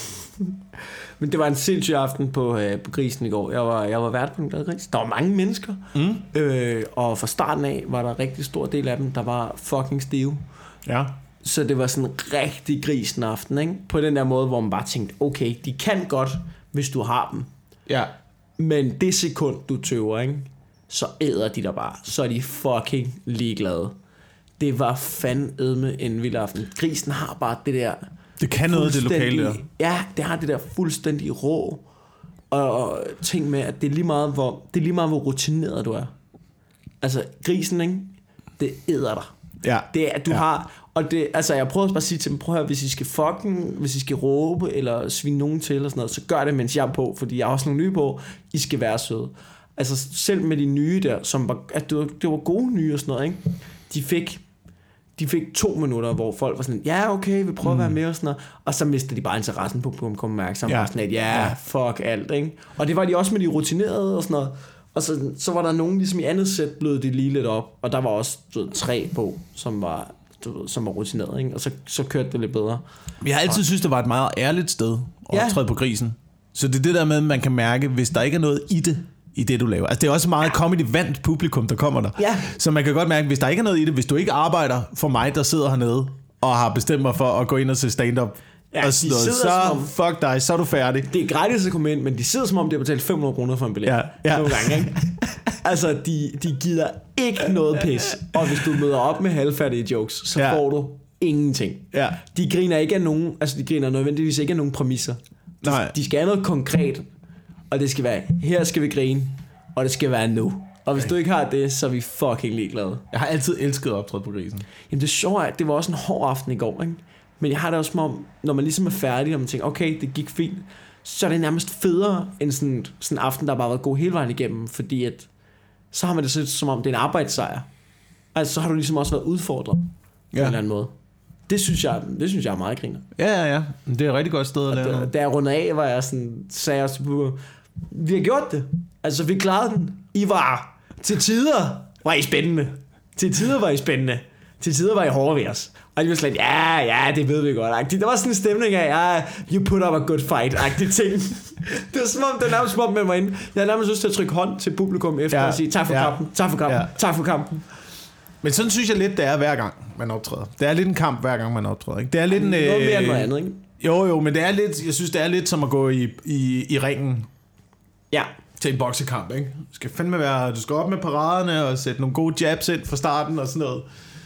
Men det var en sindssyg aften på, øh, på Grisen i går. Jeg var, jeg var vært på en glad gris. Der var mange mennesker. Mm. Øh, og fra starten af var der en rigtig stor del af dem, der var fucking stive. Ja. Så det var sådan en rigtig grisen aften, ikke? På den der måde, hvor man bare tænkte, okay, de kan godt, hvis du har dem. Ja. Men det sekund, du tøver, ikke? Så æder de der bare. Så er de fucking ligeglade. Det var fandedme en vild aften. Grisen har bare det der... Det kan noget, det lokale der. Ja, det har det der fuldstændig rå. Og, og ting med, at det er lige meget, hvor, det er lige meget, hvor rutineret du er. Altså, grisen, ikke? Det æder dig. Ja. Det er, du ja. har... Og det, altså, jeg prøver bare at sige til dem, prøv at høre, hvis I skal fucking, hvis I skal råbe, eller svine nogen til, eller sådan noget, så gør det, mens jeg er på, fordi jeg har også nogle nye på. I skal være søde. Altså, selv med de nye der, som var, at det var, det var gode nye og sådan noget, ikke? De fik... De fik to minutter, hvor folk var sådan, ja, okay, vi prøver mm. at være med og sådan noget. Og så mistede de bare interessen på publikum, kom opmærksom. Ja. Og sådan, at, ja, ja, fuck alt, ikke? Og det var de også med de rutinerede og sådan noget. Og så, så var der nogen, ligesom i andet sæt, blød de lige lidt op. Og der var også ved, tre på, som var, ved, som var rutineret, ikke? Og så, så kørte det lidt bedre. Jeg har altid og, synes det var et meget ærligt sted at optræde ja. på Grisen. Så det er det der med, at man kan mærke, hvis der ikke er noget i det, i det, du laver. Altså, det er også meget comedy-vant publikum, der kommer der. Ja. Så man kan godt mærke, hvis der ikke er noget i det, hvis du ikke arbejder for mig, der sidder hernede, og har bestemt mig for at gå ind og se stand-up, ja, og sådan noget, så om, fuck dig, så er du færdig. Det er gratis at komme ind, men de sidder som om, de har betalt fem hundrede kroner for en billet. Ja, ja. Nogle gange, ikke? Altså, de, de giver ikke noget pis. Og hvis du møder op med halvfærdige jokes, så ja. får du ingenting. Ja. De griner ikke af nogen, altså de griner nødvendigvis ikke af nogen præmisser. De, Nej. de skal have noget konkret, og det skal være, her skal vi grine, og det skal være nu. Og hvis du ikke har det, så er vi fucking ligeglade. Jeg har altid elsket at optræde på Grisen. Jamen det sjove er, at det var også en hård aften i går, ikke? Men jeg har det også som om, når man ligesom er færdig, og man tænker, okay, det gik fint, så er det nærmest federe end sådan, sådan en aften, der bare har været god hele vejen igennem, fordi at, så har man det set som om, det er en arbejdssejr. Altså så har du ligesom også været udfordret, ja. På en eller anden måde. Det synes jeg, det synes jeg er meget griner. Ja, ja, ja. Det er et rigtig godt sted at lave. Da, da jeg rundede af, var jeg sådan, sagde jeg også til publikum, vi har gjort det. Altså, vi klarede den. I var til tider, var I spændende. Til tider var I spændende. Til tider var I hårde ved os. Og de var slet, ja, ja, det ved vi godt. Der var sådan en stemning af, ja, you put up a good fight-agtig ting. Det var som om, det var nærmest som om, man var inde. Jeg havde nærmest lyst til at trykke hånd til publikum efter ja, og sige, tak for ja, kampen, tak for kampen, ja. tak for kampen. Men sådan synes jeg lidt, det er hver gang, man optræder. Det er lidt en kamp, hver gang man optræder. Ikke? Det er lidt en... Noget mere end noget andet, ikke? Jo, jo, men det er lidt, jeg synes, det er lidt som at gå i, i, i ringen. Ja. Til en boksekamp, ikke? Du skal fandme være, du skal op med paraderne og sætte nogle gode jabs ind fra starten og sådan noget.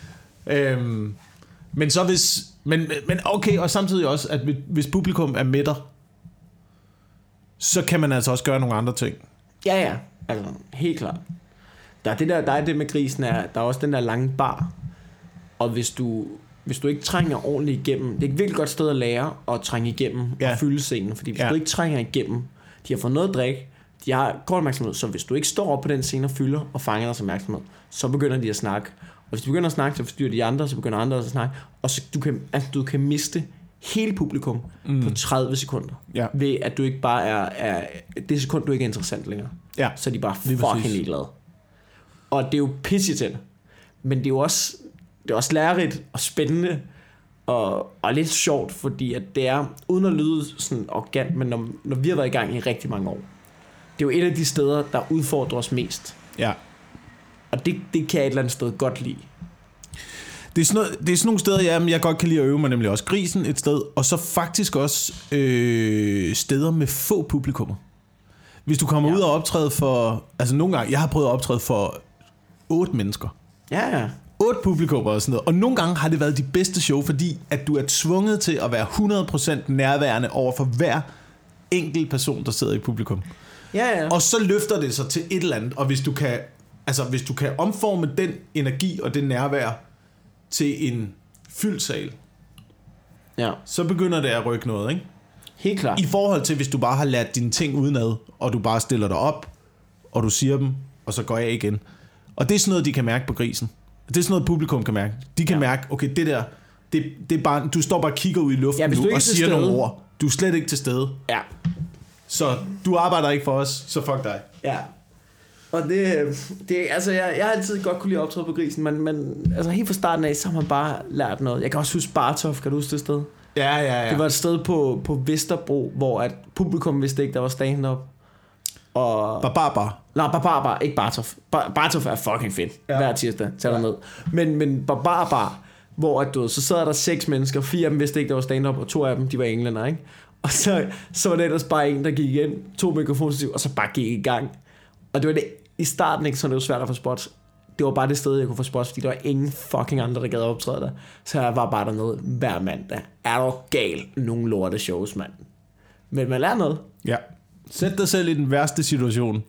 Øhm, men så hvis, men, men okay, og samtidig også, at hvis publikum er med dig, så kan man altså også gøre nogle andre ting. Ja, ja, altså helt klart. Der er det der, der er det med Grisen, er, der er også den der lange bar, og hvis du, hvis du ikke trænger ordentligt igennem, det er et virkelig godt sted at lære at trænge igennem ja. og fylde scenen, fordi hvis ja. du ikke trænger igennem, De har fået noget at drikke. De har kort opmærksomhed. Så hvis du ikke står op på den scene og fylder og fanger deres opmærksomhed, så begynder de at snakke. Og hvis de begynder at snakke, så forstyrrer de andre, så begynder andre også at snakke. Og så du kan, altså, du kan miste hele publikum mm. på tredive sekunder. Ja. Ved at du ikke bare er, er det sekund, du ikke er interessant længere. Ja. Så er de bare fucking ligeglade. Og det er jo pissigt, men det er jo også, det er også lærerigt og spændende og, og lidt sjovt, fordi at det er, uden at lyde sådan arrogant, men når, når vi har været i gang i rigtig mange år, det er jo et af de steder, der udfordrer os mest. Ja. Og det, det kan jeg et eller andet sted godt lide. Det er, sådan noget, det er sådan nogle steder, ja, jeg godt kan lide at øve mig, nemlig også Grisen et sted, og så faktisk også øh, steder med få publikummer. Hvis du kommer ja. ud og optræde for, altså nogle gange, jeg har prøvet at optræde for otte mennesker. Ja, ja. Otte publikummer og sådan noget, og nogle gange har det været de bedste show, fordi at du er tvunget til at være hundrede procent nærværende over for hver enkelt person, der sidder i publikum. Ja, ja. Og så løfter det sig til et eller andet, og hvis du kan, altså hvis du kan omforme den energi og det nærvær til en fyldt sal, ja. så begynder det at rykke noget, ikke? Helt klart. I forhold til, hvis du bare har lært dine ting udenad, og du bare stiller dig op, og du siger dem, og så går jeg igen. Og det er sådan noget, de kan mærke på Grisen. Det er sådan noget, publikum kan mærke. De kan ja. mærke, okay, det der, det, det er bare, du står bare og kigger ud i luften ja, nu, og siger nogle ord. Du er slet ikke til stede. Ja. Så du arbejder ikke for os, så fuck dig. Ja. Og det, det altså jeg, jeg har altid godt kunne lide at optræde på Grisen, men, men altså helt fra starten af, så har man bare lært noget. Jeg kan også huske Bartof, kan du huske det sted? Ja, ja, ja. Det var et sted på, på Vesterbro, hvor at publikum vidste ikke, der var stand-up. Og... Barbarbar. Nej, Barbarbar, ikke Bartof. Bar, Bartof er fucking fedt, ja. hver tirsdag, tager ja. ned. Men, men Barbarbar, hvor at, du, så sad der seks mennesker, fire af dem vidste ikke, der var stand-up, og to af dem, de var englænder, ikke? Og så, så var det ellers bare en, der gik ind, to mikrofonstativ, og så bare gik i gang. Og det var det i starten ikke, så det var svært at få spots. Det var bare det sted, jeg kunne få spots, fordi der var ingen fucking andre, der gad optræde der. Så jeg var bare dernede hver mandag. Er du gal? Nogle lorte shows, mand. Men man lærer noget. Ja. Sæt dig selv i den værste situation.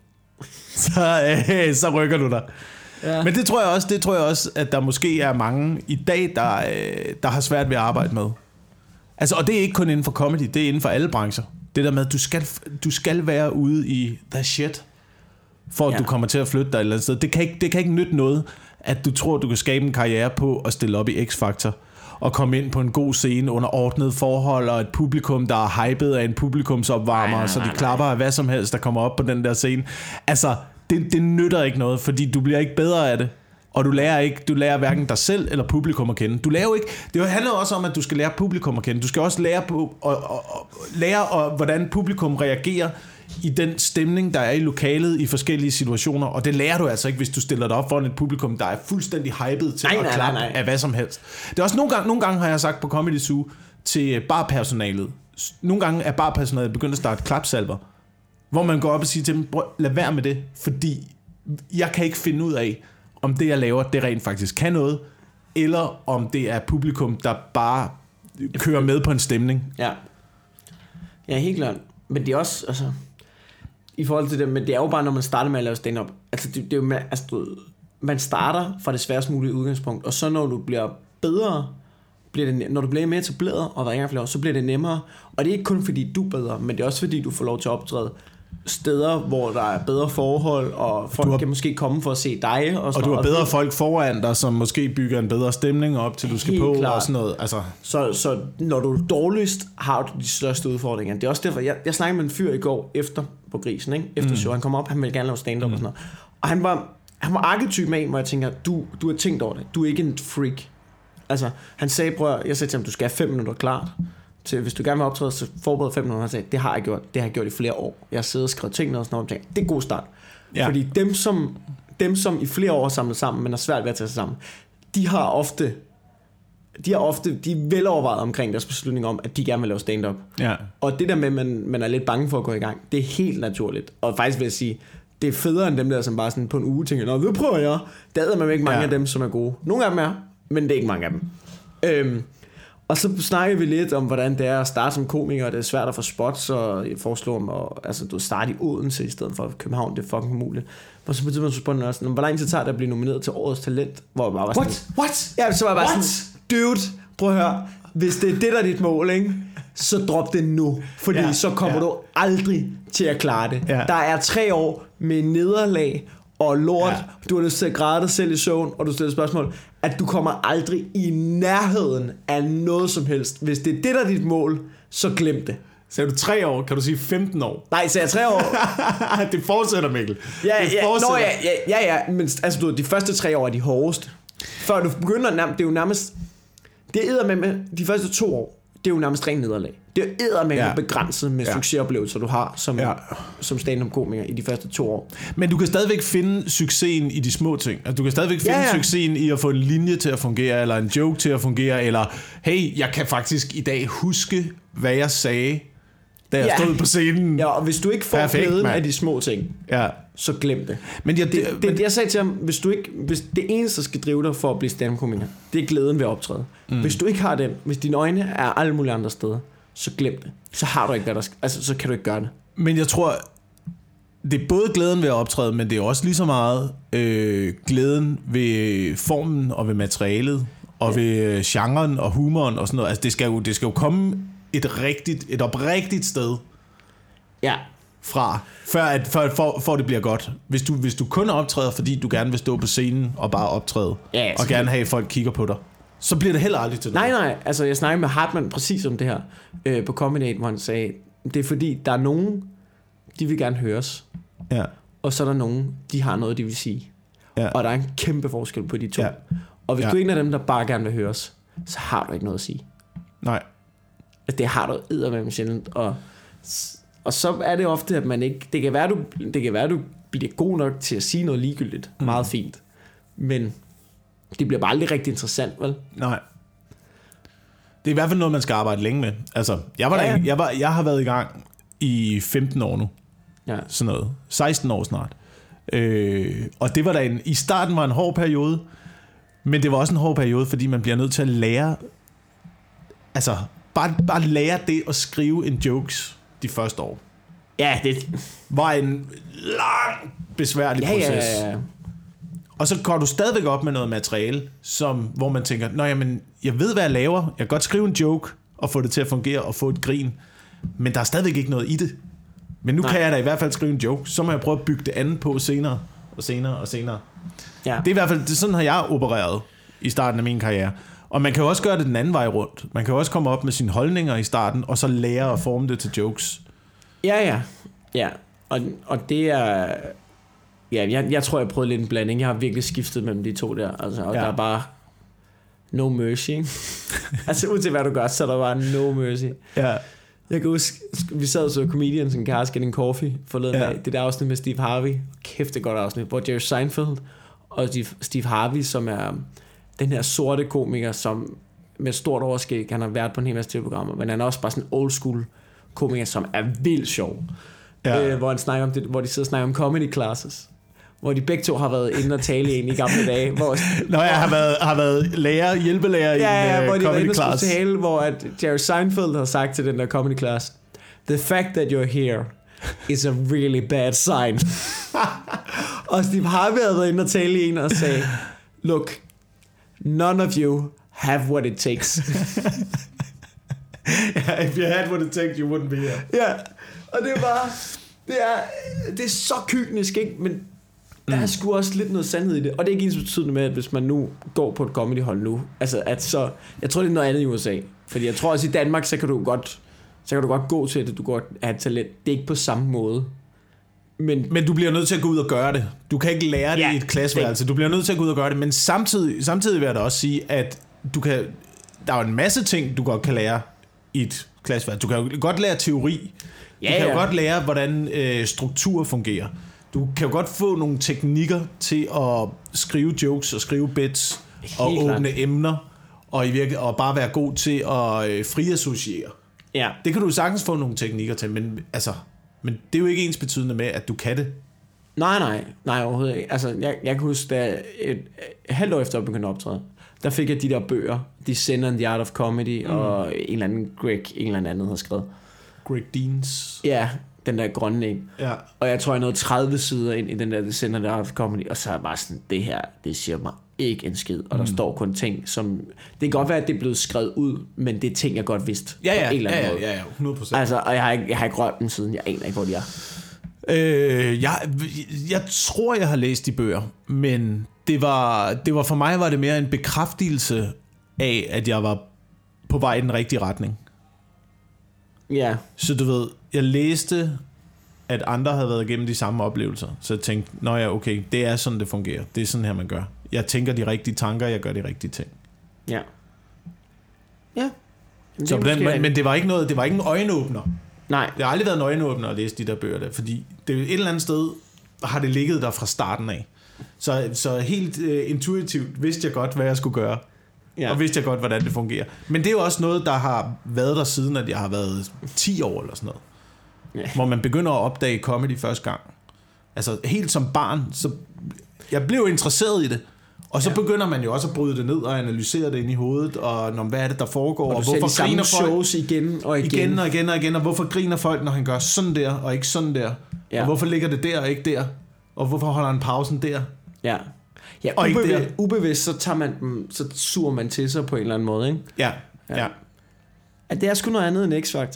Så, øh, så rykker du dig. Ja. Men det tror jeg også, det tror jeg også, at der måske er mange i dag, der, øh, der har svært ved at arbejde med. Altså, og det er ikke kun inden for comedy, det er inden for alle brancher. Det der med, at du skal, du skal være ude i the shit, for at ja. du kommer til at flytte dig et eller andet sted. Det kan, ikke, det kan ikke nytte noget, at du tror, du kan skabe en karriere på at stille op i X-Factor og komme ind på en god scene under ordnede forhold, og et publikum, der er hypet af en publikumsopvarmer, nej, nej, så de nej, klapper af hvad som helst, der kommer op på den der scene. Altså, det, det nytter ikke noget, fordi du bliver ikke bedre af det. Og du lærer ikke, du lærer hverken dig selv eller publikum at kende. Du lærer jo ikke. Det handler også om, at du skal lære publikum at kende. Du skal også lære på og, og, og lære og, hvordan publikum reagerer i den stemning, der er i lokalet i forskellige situationer. Og det lærer du altså ikke, hvis du stiller dig op foran et publikum, der er fuldstændig hypet til nej, at klappe af hvad som helst. Det er også nogle gange, nogle gange har jeg sagt på Comedy Zoo til barpersonalet. Nogle gange er barpersonalet begyndt at starte klapsalver, hvor man går op og siger til dem, lad være med det, fordi jeg kan ikke finde ud af, om det jeg laver, det rent faktisk kan noget, eller om det er publikum, der bare kører med på en stemning. Ja, ja, helt klart. Men det er også, altså, i forhold til det, men det er jo bare, når man starter med at lave stand-up, altså det, det er jo, altså, du, man starter fra det sværest mulige udgangspunkt, og så når du bliver bedre, bliver det, når du bliver mere etableret, og der er flere år, så bliver det nemmere, og det er ikke kun fordi du er bedre, men det er også fordi du får lov til at optræde steder, hvor der er bedre forhold, og folk har, kan måske komme for at se dig. Og, og du har bedre og folk foran dig, som måske bygger en bedre stemning op, til du skal på, klart. Og sådan noget. Altså. Så, så når du er dårligst, har du de største udfordringer. Det er også derfor, jeg, jeg snakkede med en fyr i går, efter på Grisen, ikke? Efter mm. show, han kom op, han ville gerne lave stand-up mm. og sådan noget. Og han var, han var arketyp med en, hvor jeg tænker, du, du har tænkt over det, du er ikke en freak. Altså, han sagde, prøv, jeg sagde til ham, du skal have fem minutter klart. Til, hvis du gerne vil optræde, så forbered fem minutter. Han sagde, det har jeg gjort. Det har jeg gjort i flere år. Jeg har siddet og skrevet ting og sådan noget. Tænkte, det er en god start. Ja. Fordi dem som, dem, som i flere år er samlet sammen, men er svært ved at tage sig sammen, de har ofte, de har ofte, de er velovervejet omkring deres beslutning om, at de gerne vil lave stand-up. Ja. Og det der med, at man, man er lidt bange for at gå i gang, det er helt naturligt. Og faktisk vil jeg sige, det er federe end dem der, som bare sådan på en uge tænker, nå, det prøver jeg. Der er man ikke mange ja. af dem, som er gode. Nogle af dem er, men det er ikke mange af dem. Øhm, Og så snakker vi lidt om, hvordan det er at starte som komiker, og det er svært at få spots, og jeg foreslår dem at altså, du starte i Odense i stedet for København, det er fucking muligt. Og så betyder man så spurgte også, hvor lang tid tager det at blive nomineret til Årets Talent? Hvor jeg bare var sådan, What? What? Ja, så var jeg bare What? sådan, dude, prøv at høre, hvis det er det, der er dit mål, ikke? så drop det nu, fordi Ja, så kommer ja. du aldrig til at klare det. Ja. Der er tre år med nederlag og lort, Ja. du har lyst til at græde dig selv i søvn, og du stiller spørgsmål, at du kommer aldrig i nærheden af noget som helst. Hvis det er det, der er dit mål, så glem det. Sagde du tre år? Kan du sige femten år? Nej, så jeg tre år. Det fortsætter, Mikkel. Ja, det ja, fortsætter. nå, ja, ja, ja, ja, men altså, du, de første tre år er de hårdeste. Før du begynder, nærmest, det er jo nærmest, det er med, med de første to år, det er jo nærmest rent nederlag. Det er eddermame Ja. ja. begrænset med Ja. succesoplevelser, du har som, Ja. ja. som stand-up-komiker i de første to år. Men du kan stadigvæk finde succesen i de små ting. Altså, du kan stadigvæk finde Ja, ja. succesen i at få en linje til at fungere, eller en joke til at fungere, eller hey, jeg kan faktisk i dag huske, hvad jeg sagde, da jeg Ja. stod på scenen. Ja, og hvis du ikke får Perfekt, glæden mand. af de små ting, Ja. så glem det. Men jeg, Det, det, det jeg sagde til ham, hvis du ikke, hvis det eneste, der skal drive dig for at blive stand-up-komiker, det er glæden ved at optræde. Mm. Hvis du ikke har den, hvis dine øjne er alle mulige andre steder, så glem det. Så har du ikke, hvad der skal, altså så kan du ikke gøre det. Men jeg tror, det er både glæden ved at optræde, men det er også lige så meget øh, glæden ved formen og ved materialet, og ja. ved øh, genren og humoren og sådan noget. Altså, det skal jo, det skal jo komme et rigtigt, et oprigtigt sted Ja. fra, før, at, før, for, for det bliver godt. Hvis du, hvis du kun optræder, fordi du gerne vil stå på scenen og bare optræde, Ja, og gerne have, at folk kigger på dig, så bliver det heller aldrig til Nej, noget. nej, altså jeg snakkede med Hartmann præcis om det her øh, på Comedy Aid, hvor han sagde, det er fordi, der er nogen, de vil gerne høres, Ja. og så er der nogen, de har noget, de vil sige. Ja. Og der er en kæmpe forskel på de to. Ja. Og hvis Ja. du er en af dem, der bare gerne vil høres, så har du ikke noget at sige. Nej. Altså, det har du eddermame sjældent. Og, og så er det ofte, at man ikke... Det kan være, du, det kan være, du bliver god nok til at sige noget ligegyldigt. Mm. Meget fint. Men det bliver bare aldrig rigtig interessant, vel? Nej. Det er i hvert fald noget, man skal arbejde længe med. Altså, jeg, var Ja, der, ja. jeg, var, jeg har været i gang i femten år nu. Ja. Sådan noget. seksten år snart. Øh, og det var da en, i starten var en hård periode, men det var også en hård periode, fordi man bliver nødt til at lære, altså bare, bare lære det at skrive en jokes de første år. Ja, det... Var en lang, besværlig Ja, proces. ja, ja. Og så går du stadigvæk op med noget materiale, som, hvor man tænker, nå jamen, jeg ved, hvad jeg laver. Jeg kan godt skrive en joke og få det til at fungere og få et grin. Men der er stadigvæk ikke noget i det. Men nu Nej. kan jeg da i hvert fald skrive en joke. Så må jeg prøve at bygge det andet på senere og senere og senere. Ja. Det er i hvert fald, det, sådan har jeg opereret i starten af min karriere. Og man kan jo også gøre det den anden vej rundt. Man kan jo også komme op med sine holdninger i starten, og så lære at forme det til jokes. Ja, ja. Ja, og, og det er... Ja, jeg, jeg tror, jeg prøvede lidt en blanding. Jeg har virkelig skiftet mellem de to der. Altså, og Ja. der er bare no mercy. Altså, uanset hvad du gør, så er der bare no mercy. Ja. Jeg kan huske, vi sad og så Comedians and Cars Getting Coffee forleden Ja. dag. Det der afsnit med Steve Harvey. Kæft, det er godt afsnit. Hvor Jerry Seinfeld og Steve, Steve Harvey, som er den her sorte komiker, som med stort overskæg, han har været på en hel masse tv-programmer, men han er også bare sådan en old school komiker, som er vildt sjov. Ja. Øh, hvor, han snakker om det, hvor de sidder og snakker om comedy classes. Hvor de begge to har været inde og tale en i gamle dage. Hvor, Nå, jeg har været, har været lærer, hjælpelærer ja, i ja, en hvor uh, de var comedy inde og class. skulle tale, hvor at Jerry Seinfeld har sagt til den der comedy class, the fact that you're here is a really bad sign. Og Steve Harvey havde været inde og tale i en og sagde, look, none of you have what it takes. Yeah, if you had what it takes, you wouldn't be here. Ja, og det er bare, det er, det er så kynisk, ikke? Men der er sgu også lidt noget sandhed i det. Og det er ikke ens betydende med, at hvis man nu går på et comedyhold nu, altså at så, jeg tror det er noget andet i U S A. Fordi jeg tror også i Danmark, så kan du godt, så kan du godt gå til det, du godt have et talent. Det er ikke på samme måde. Men, Men du bliver nødt til at gå ud og gøre det. Du kan ikke lære det Ja, i et klasseværelse. Du bliver nødt til at gå ud og gøre det. Men samtidig, samtidig vil jeg da også sige, at du kan, der er jo en masse ting, du godt kan lære i et klasseværelse. Du kan jo godt lære teori. Du Ja, kan jo ja. godt lære, hvordan øh, struktur fungerer. Du kan jo godt få nogle teknikker til at skrive jokes og skrive bits og Helt klart. åbne emner og, i virke, og bare være god til at øh, friassociere. ja. Det kan du sagtens få nogle teknikker til, men, altså, men det er jo ikke ens betydende med, at du kan det. Nej, nej, nej overhovedet ikke. Altså, jeg, jeg kan huske, da et, et halvt år efter jeg begyndte at optræde, der fik jeg de der bøger, Descent and the Art of Comedy, mm. og en eller anden Greg, en eller anden havde skrevet. Greg Deans. Ja, den der grønne en. Ja. Og jeg tror, jeg nåede tredive sider ind i den der Descent and the Art of Comedy, og så er jeg bare sådan, det her, det siger mig ikke en skid, og der mm. står kun ting, som... Det kan godt være, at det er blevet skrevet ud, men det er ting, jeg godt vidste. Ja, ja, på en eller anden ja, måde. ja, ja, hundrede procent. Altså, og jeg har, ikke, jeg har ikke rørt dem siden, jeg aner ikke, hvor de er. Øh, jeg, jeg tror, jeg har læst de bøger, men det var, det var for mig var det mere en bekræftelse af, at jeg var på vej i den rigtige retning. Ja. Så du ved, jeg læste, at andre havde været igennem de samme oplevelser, så jeg tænkte, nå ja, okay, det er sådan, det fungerer. Det er sådan her, man gør. Jeg tænker de rigtige tanker, jeg gør de rigtige ting. Ja. Ja. Jamen, så den, men, men det var ikke noget, det var ikke en øjenåbner. Nej. Det har aldrig været en øjenåbner at læse de der bøger der, fordi det et eller andet sted har det ligget der fra starten af. Så, så helt uh, intuitivt vidste jeg godt, hvad jeg skulle gøre. Ja. Og vidste jeg godt, hvordan det fungerer. Men det er jo også noget, der har været der siden, at jeg har været ti år eller sådan noget. Ja. Hvor man begynder at opdage comedy første gang. Altså helt som barn, så jeg blev interesseret i det. Og så ja. begynder man jo også at bryde det ned og analysere det ind i hovedet, og når, hvad er det, der foregår, og, og hvorfor griner folk shows igen og igen. igen og igen og igen, og hvorfor griner folk, når han gør sådan der, og ikke sådan der, ja. og hvorfor ligger det der og ikke der, og hvorfor holder han pausen der. Ja, ja og ubevidst, ikke der. ubevidst, så tager man dem, så suger man til sig på en eller anden måde, ikke? Ja, ja. ja. Ja, det er sgu noget andet end X-Factor.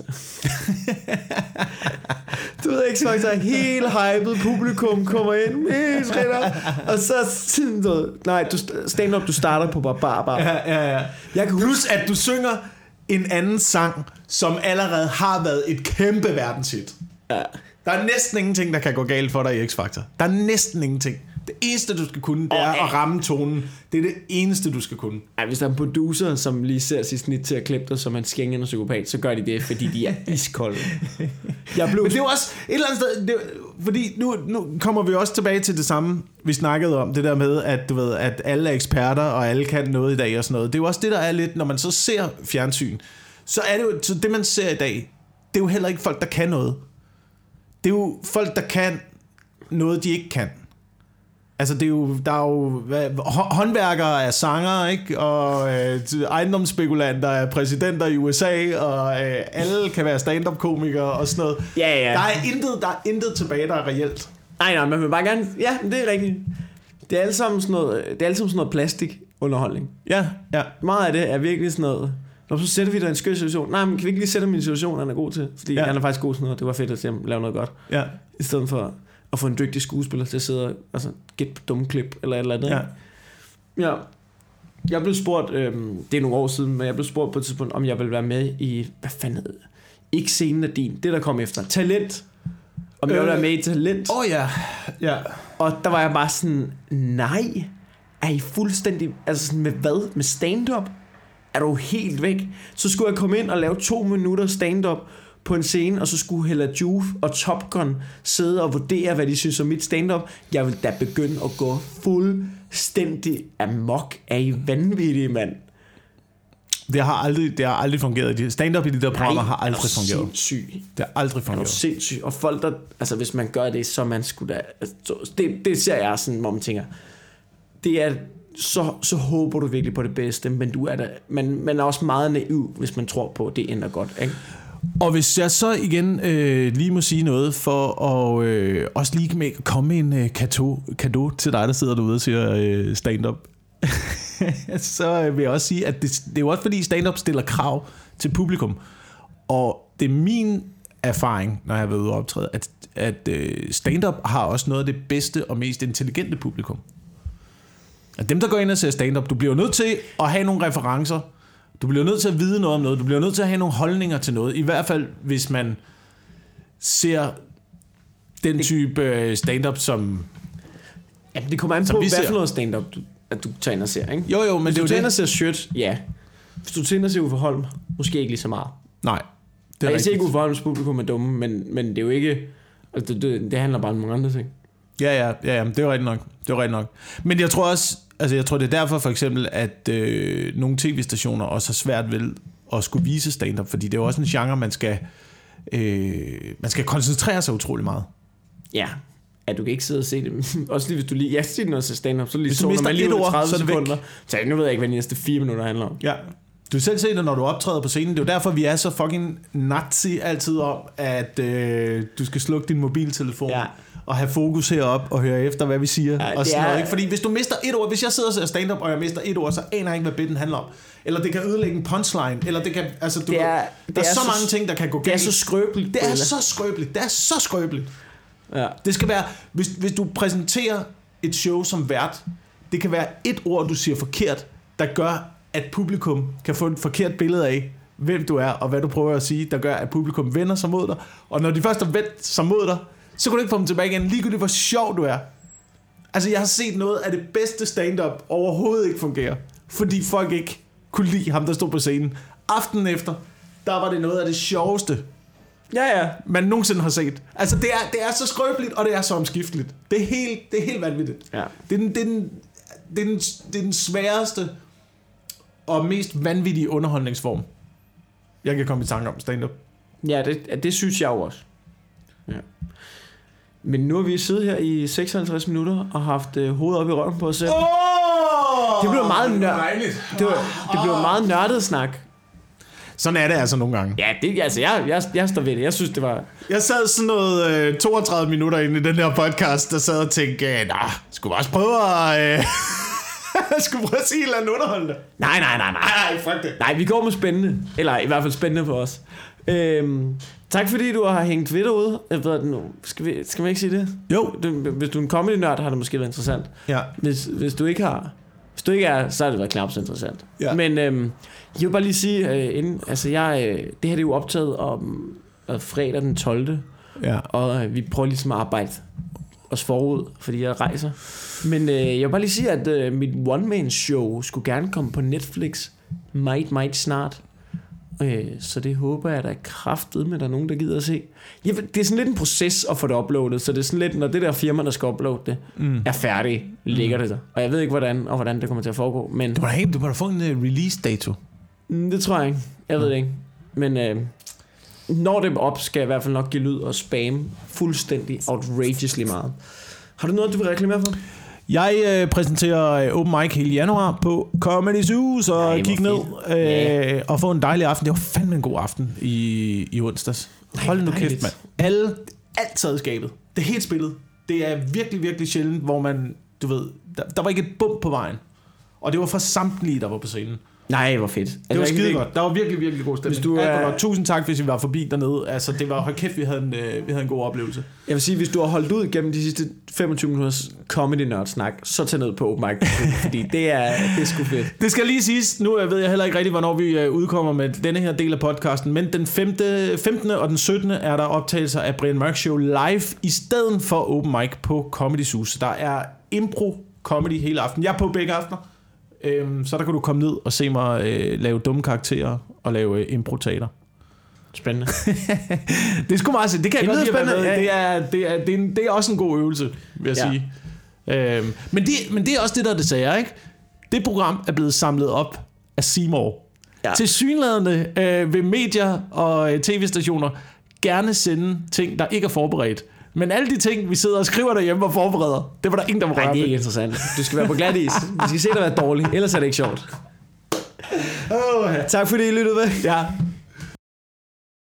Du ved, X-Factor er helt hyped, publikum kommer ind, mest ritter, og så sådan noget. Nej, du, stand-up, du starter på barbar. Bar. Ja, ja, ja. Jeg kan Plus, at du synger en anden sang, som allerede har været et kæmpe verdenshit. Ja. Der er næsten ingenting, der kan gå galt for dig i X-Factor. Der er næsten ingenting. Det eneste, du skal kunne, det er at ramme tonen. Det er det eneste, du skal kunne. Ej, hvis der er en producer, som lige ser sit snit til at klippe dig, som en skængende psykopat, så gør de det, fordi de er iskolde. Jeg blev... Men det er også et eller andet sted... Det, fordi nu, nu kommer vi også tilbage til det samme, vi snakkede om. Det der med, at, du ved, at alle er eksperter, og alle kan noget i dag og sådan noget. Det er jo også det, der er lidt... Når man så ser fjernsyn, så er det jo... Så det, man ser i dag, det er jo heller ikke folk, der kan noget. Det er jo folk, der kan noget, de ikke kan. Altså det er jo, der er jo hvad, håndværkere er sanger, ikke? Og øh, ejendomsspekulanter er præsidenter i U S A, og øh, alle kan være stand-up komikere og sådan noget. Ja, ja. Der er intet, der er intet tilbage, der er reelt. Nej, nej, man vil bare gerne. Ja, det er rigtigt. Det er alle sammen sådan noget, det er alle sammen sådan noget plastikunderholdning. Ja, ja. Meget af det er virkelig sådan noget. Når så sætter vi dig i en skør situation. Nej, men kan vi ikke lige sætte ham i en situation, han er god til? Fordi ja. han er faktisk god til noget. Det var fedt at se ham lave noget godt. Ja. I stedet for at få en dygtig skuespiller til at sidde og altså, gætte på dumme klip eller et eller andet. Ja. Ja. Jeg blev spurgt, øhm, det er nogle år siden, men jeg blev spurgt på et tidspunkt, om jeg ville være med i, hvad fanden hed det? Ikke Scenen er din, det der kom efter. Talent. Om øh, jeg ville være med i Talent. Åh oh, ja. ja. Og der var jeg bare sådan, nej, er I fuldstændig, altså sådan med hvad? Med stand-up? Er du helt væk? Så skulle jeg komme ind og lave to minutter stand-up på en scene, og så skulle Hella Juf og Top Gun sidde og vurdere, hvad de synes om mit stand-up. Jeg vil da begynde at gå fuldstændig amok. Er I vanvittige, mand? Det har aldrig, det har aldrig fungeret. Stand-up i de der programmer har aldrig fungeret. Nej, sindssygt. Det har aldrig fungeret. Det er sindssygt. Og folk, der, altså hvis man gør det, så man skulle da... Altså, det, det ser jeg sådan, hvor man tænker, det er... Så, så håber du virkelig på det bedste, men du er der, man, man er også meget naiv, hvis man tror på, at det ender godt, ikke? Og hvis jeg så igen øh, lige må sige noget, for at øh, også lige med, komme med en øh, kado til dig, der sidder derude og siger øh, stand-up, så vil jeg også sige, at det, det er jo også fordi stand-up stiller krav til publikum. Og det er min erfaring, når jeg har været ude og optræde, at, at øh, stand-up har også noget af det bedste og mest intelligente publikum. At dem, der går ind og ser stand-up, du bliver nødt til at have nogle referencer. Du bliver nødt til at vide noget om noget. Du bliver nødt til at have nogle holdninger til noget. I hvert fald, hvis man ser den type stand-up, som... Ja, det kommer an på, hvad for noget stand-up, du, at du tager ind og ser, ikke? Jo, jo, men hvis det er du tager ind og ser Shirt, ja. Hvis du tager ind og ser Uffe Holm, måske ikke lige så meget. Nej, det er jeg ser ikke Uffe Holms publikum er dumme, men, men det er jo ikke... Altså, det, det, det handler bare om nogle andre ting. Ja, ja, ja, ja, det er jo rigtigt nok. Det er jo rigtigt nok. Men jeg tror også... Altså jeg tror det er derfor for eksempel at øh, nogle tv-stationer også har svært ved at skulle vise stand-up, fordi det er jo også en genre man skal øh, man skal koncentrere sig utrolig meget. Ja, at du kan ikke sidde og se det. Også lige hvis du lige jeg siger noget til stand-up, så lige hvis du mister et ord, tredive så er det sekunder. Så nu ved jeg ikke hvad de næste fire minutter handler om. Ja. Du selv ser det når du optræder på scenen. Det er jo derfor vi er så fucking nazi altid om at øh, du skal slukke din mobiltelefon. Ja. at have fokus herop og høre efter, hvad vi siger. Ja, og sådan er... noget, ikke? Fordi hvis du mister et ord, hvis jeg sidder og ser stand-up, og jeg mister et ord, så aner jeg ikke, hvad bitten handler om. Eller det kan ødelægge en punchline, eller det kan, altså du, det er, der det er, er så, så mange ting, der kan gå galt. Det er så skrøbeligt. Det er så skrøbeligt. Det er så skrøbeligt. Ja. Det skal være, hvis, hvis du præsenterer et show som vært, det kan være et ord, du siger forkert, der gør, at publikum kan få et forkert billede af, hvem du er, og hvad du prøver at sige, der gør, at publikum vender sig mod dig. Og når de først har vendt sig mod dig, så kan du ikke få dem tilbage igen, ligegyldigt hvor sjov du er. Altså, jeg har set noget af det bedste stand-up overhovedet ikke fungere, fordi folk ikke kunne lide ham, der stod på scenen. Aftenen efter, der var det noget af det sjoveste, Ja, ja. man nogensinde har set. Altså, det er, det er så skrøbeligt, og det er så omskifteligt. Det er helt, det er helt vanvittigt. Ja. Det, er den, det, er den, det, er den, det er den sværeste og mest vanvittige underholdningsform, jeg kan komme i tanke om stand-up. Ja, det, det synes jeg jo også. Ja. Men nu har vi siddet her i seksoghalvtreds minutter og haft øh, hovedet op i røven på os selv. Oh! Det blev meget nørdet. Det, det blev meget nørdet snak. Sådan er det altså nogle gange. Ja, det, altså, jeg, jeg, jeg står ved det. Jeg synes, det var... Jeg sad sådan noget øh, toogtredive minutter inde i den her podcast, der sad og tænkte, øh, nah, skulle vi også prøve at... Øh, skulle prøve at sige et eller andet underholdende. Nej, nej, nej, nej. Nej, fuck det. Nej, vi går med spændende. Eller i hvert fald spændende for os. Øhm, tak fordi du har hængt ved derude. Jeg ved det nu. Skal, vi, skal man ikke sige det? Jo. Du, hvis du er en comedy-nørd, har det måske været interessant. Ja. Hvis, hvis du ikke har... Hvis du ikke er, så har det været knap så interessant. Ja. Men øhm, jeg vil bare lige sige, øh, inden, altså jeg, øh, det her det er jo optaget om øh, fredag den tolvte Ja. Og øh, vi prøver ligesom at arbejde os forud, fordi jeg rejser. Men øh, jeg vil bare lige sige, at øh, mit one-man-show skulle gerne komme på Netflix meget, meget snart. Øh, så det håber jeg, at der er kraftet med, der er nogen, der gider at se. Ja, det er sådan lidt en proces at få det uploadet, så det er sådan lidt, når det der firma, der skal uploade det, mm. er færdigt, ligger mm. det der. Og jeg ved ikke, hvordan og hvordan det kommer til at foregå. Men Du må da, have, du må da få en uh, release-dato. det tror jeg ikke. Jeg ved det ikke. Men øh, når det er op, skal jeg i hvert fald nok give lyd og spam fuldstændig outrageously meget. Har du noget, du vil reklamere for? Jeg øh, præsenterer øh, Open Mic hele januar på Comedy Zoo, så Ej, kig ned øh, ja. og få en dejlig aften. Det var fandme en god aften i, i onsdags. Hold nu kæft, mand. Alle, alt sad i skabet. Det er helt spillet. Det er virkelig, virkelig sjældent, hvor man, du ved, der, der var ikke et bump på vejen. Og det var for samtlige, der var på scenen. Nej, hvor fedt. Altså, Det var jeg kan skide ikke- godt. Der var virkelig, virkelig god stemning. Hvis du Alt er- var godt. Tusind tak, hvis I var forbi dernede. Altså, det var, hold kæft, vi havde en, øh, vi havde en god oplevelse. Jeg vil sige, hvis du har holdt ud gennem de sidste femogtyve minutters comedy-nørd-snak, så tag ned på Open Mic, fordi det er, det er sgu fedt. Det skal lige siges, nu ved jeg heller ikke rigtig, hvornår vi øh, udkommer med denne her del af podcasten, men den femte, femtende og den syttende er der optagelser af Brian Mørk Show live, i stedet for Open Mic på Comedy Zoo. Så der er impro-comedy hele aften. Jeg er på begge aftener, øhm, så der kan du komme ned og se mig øh, lave dumme karakterer og lave øh, impro-teater. Spændende. Det er sgu meget det kan jeg Det godt lyder lide at være spændende, med. ja. Det er, det, er, det, er en, det er også en god øvelse, vil jeg Ja. sige. Øhm, men, det, men det er også det, der er det sager, ikke? Det program er blevet samlet op af Seymour. Ja. Til synlædende øh, vil medier og øh, tv-stationer gerne sende ting, der ikke er forberedt. Men alle de ting, vi sidder og skriver derhjemme og forbereder, det var der ingen, der må Nej, røre det er ved. ikke interessant. Du skal være på glat is. Vi skal se dig være dårlig, ellers er det ikke sjovt. Oh, Tak fordi I lyttede med. ja.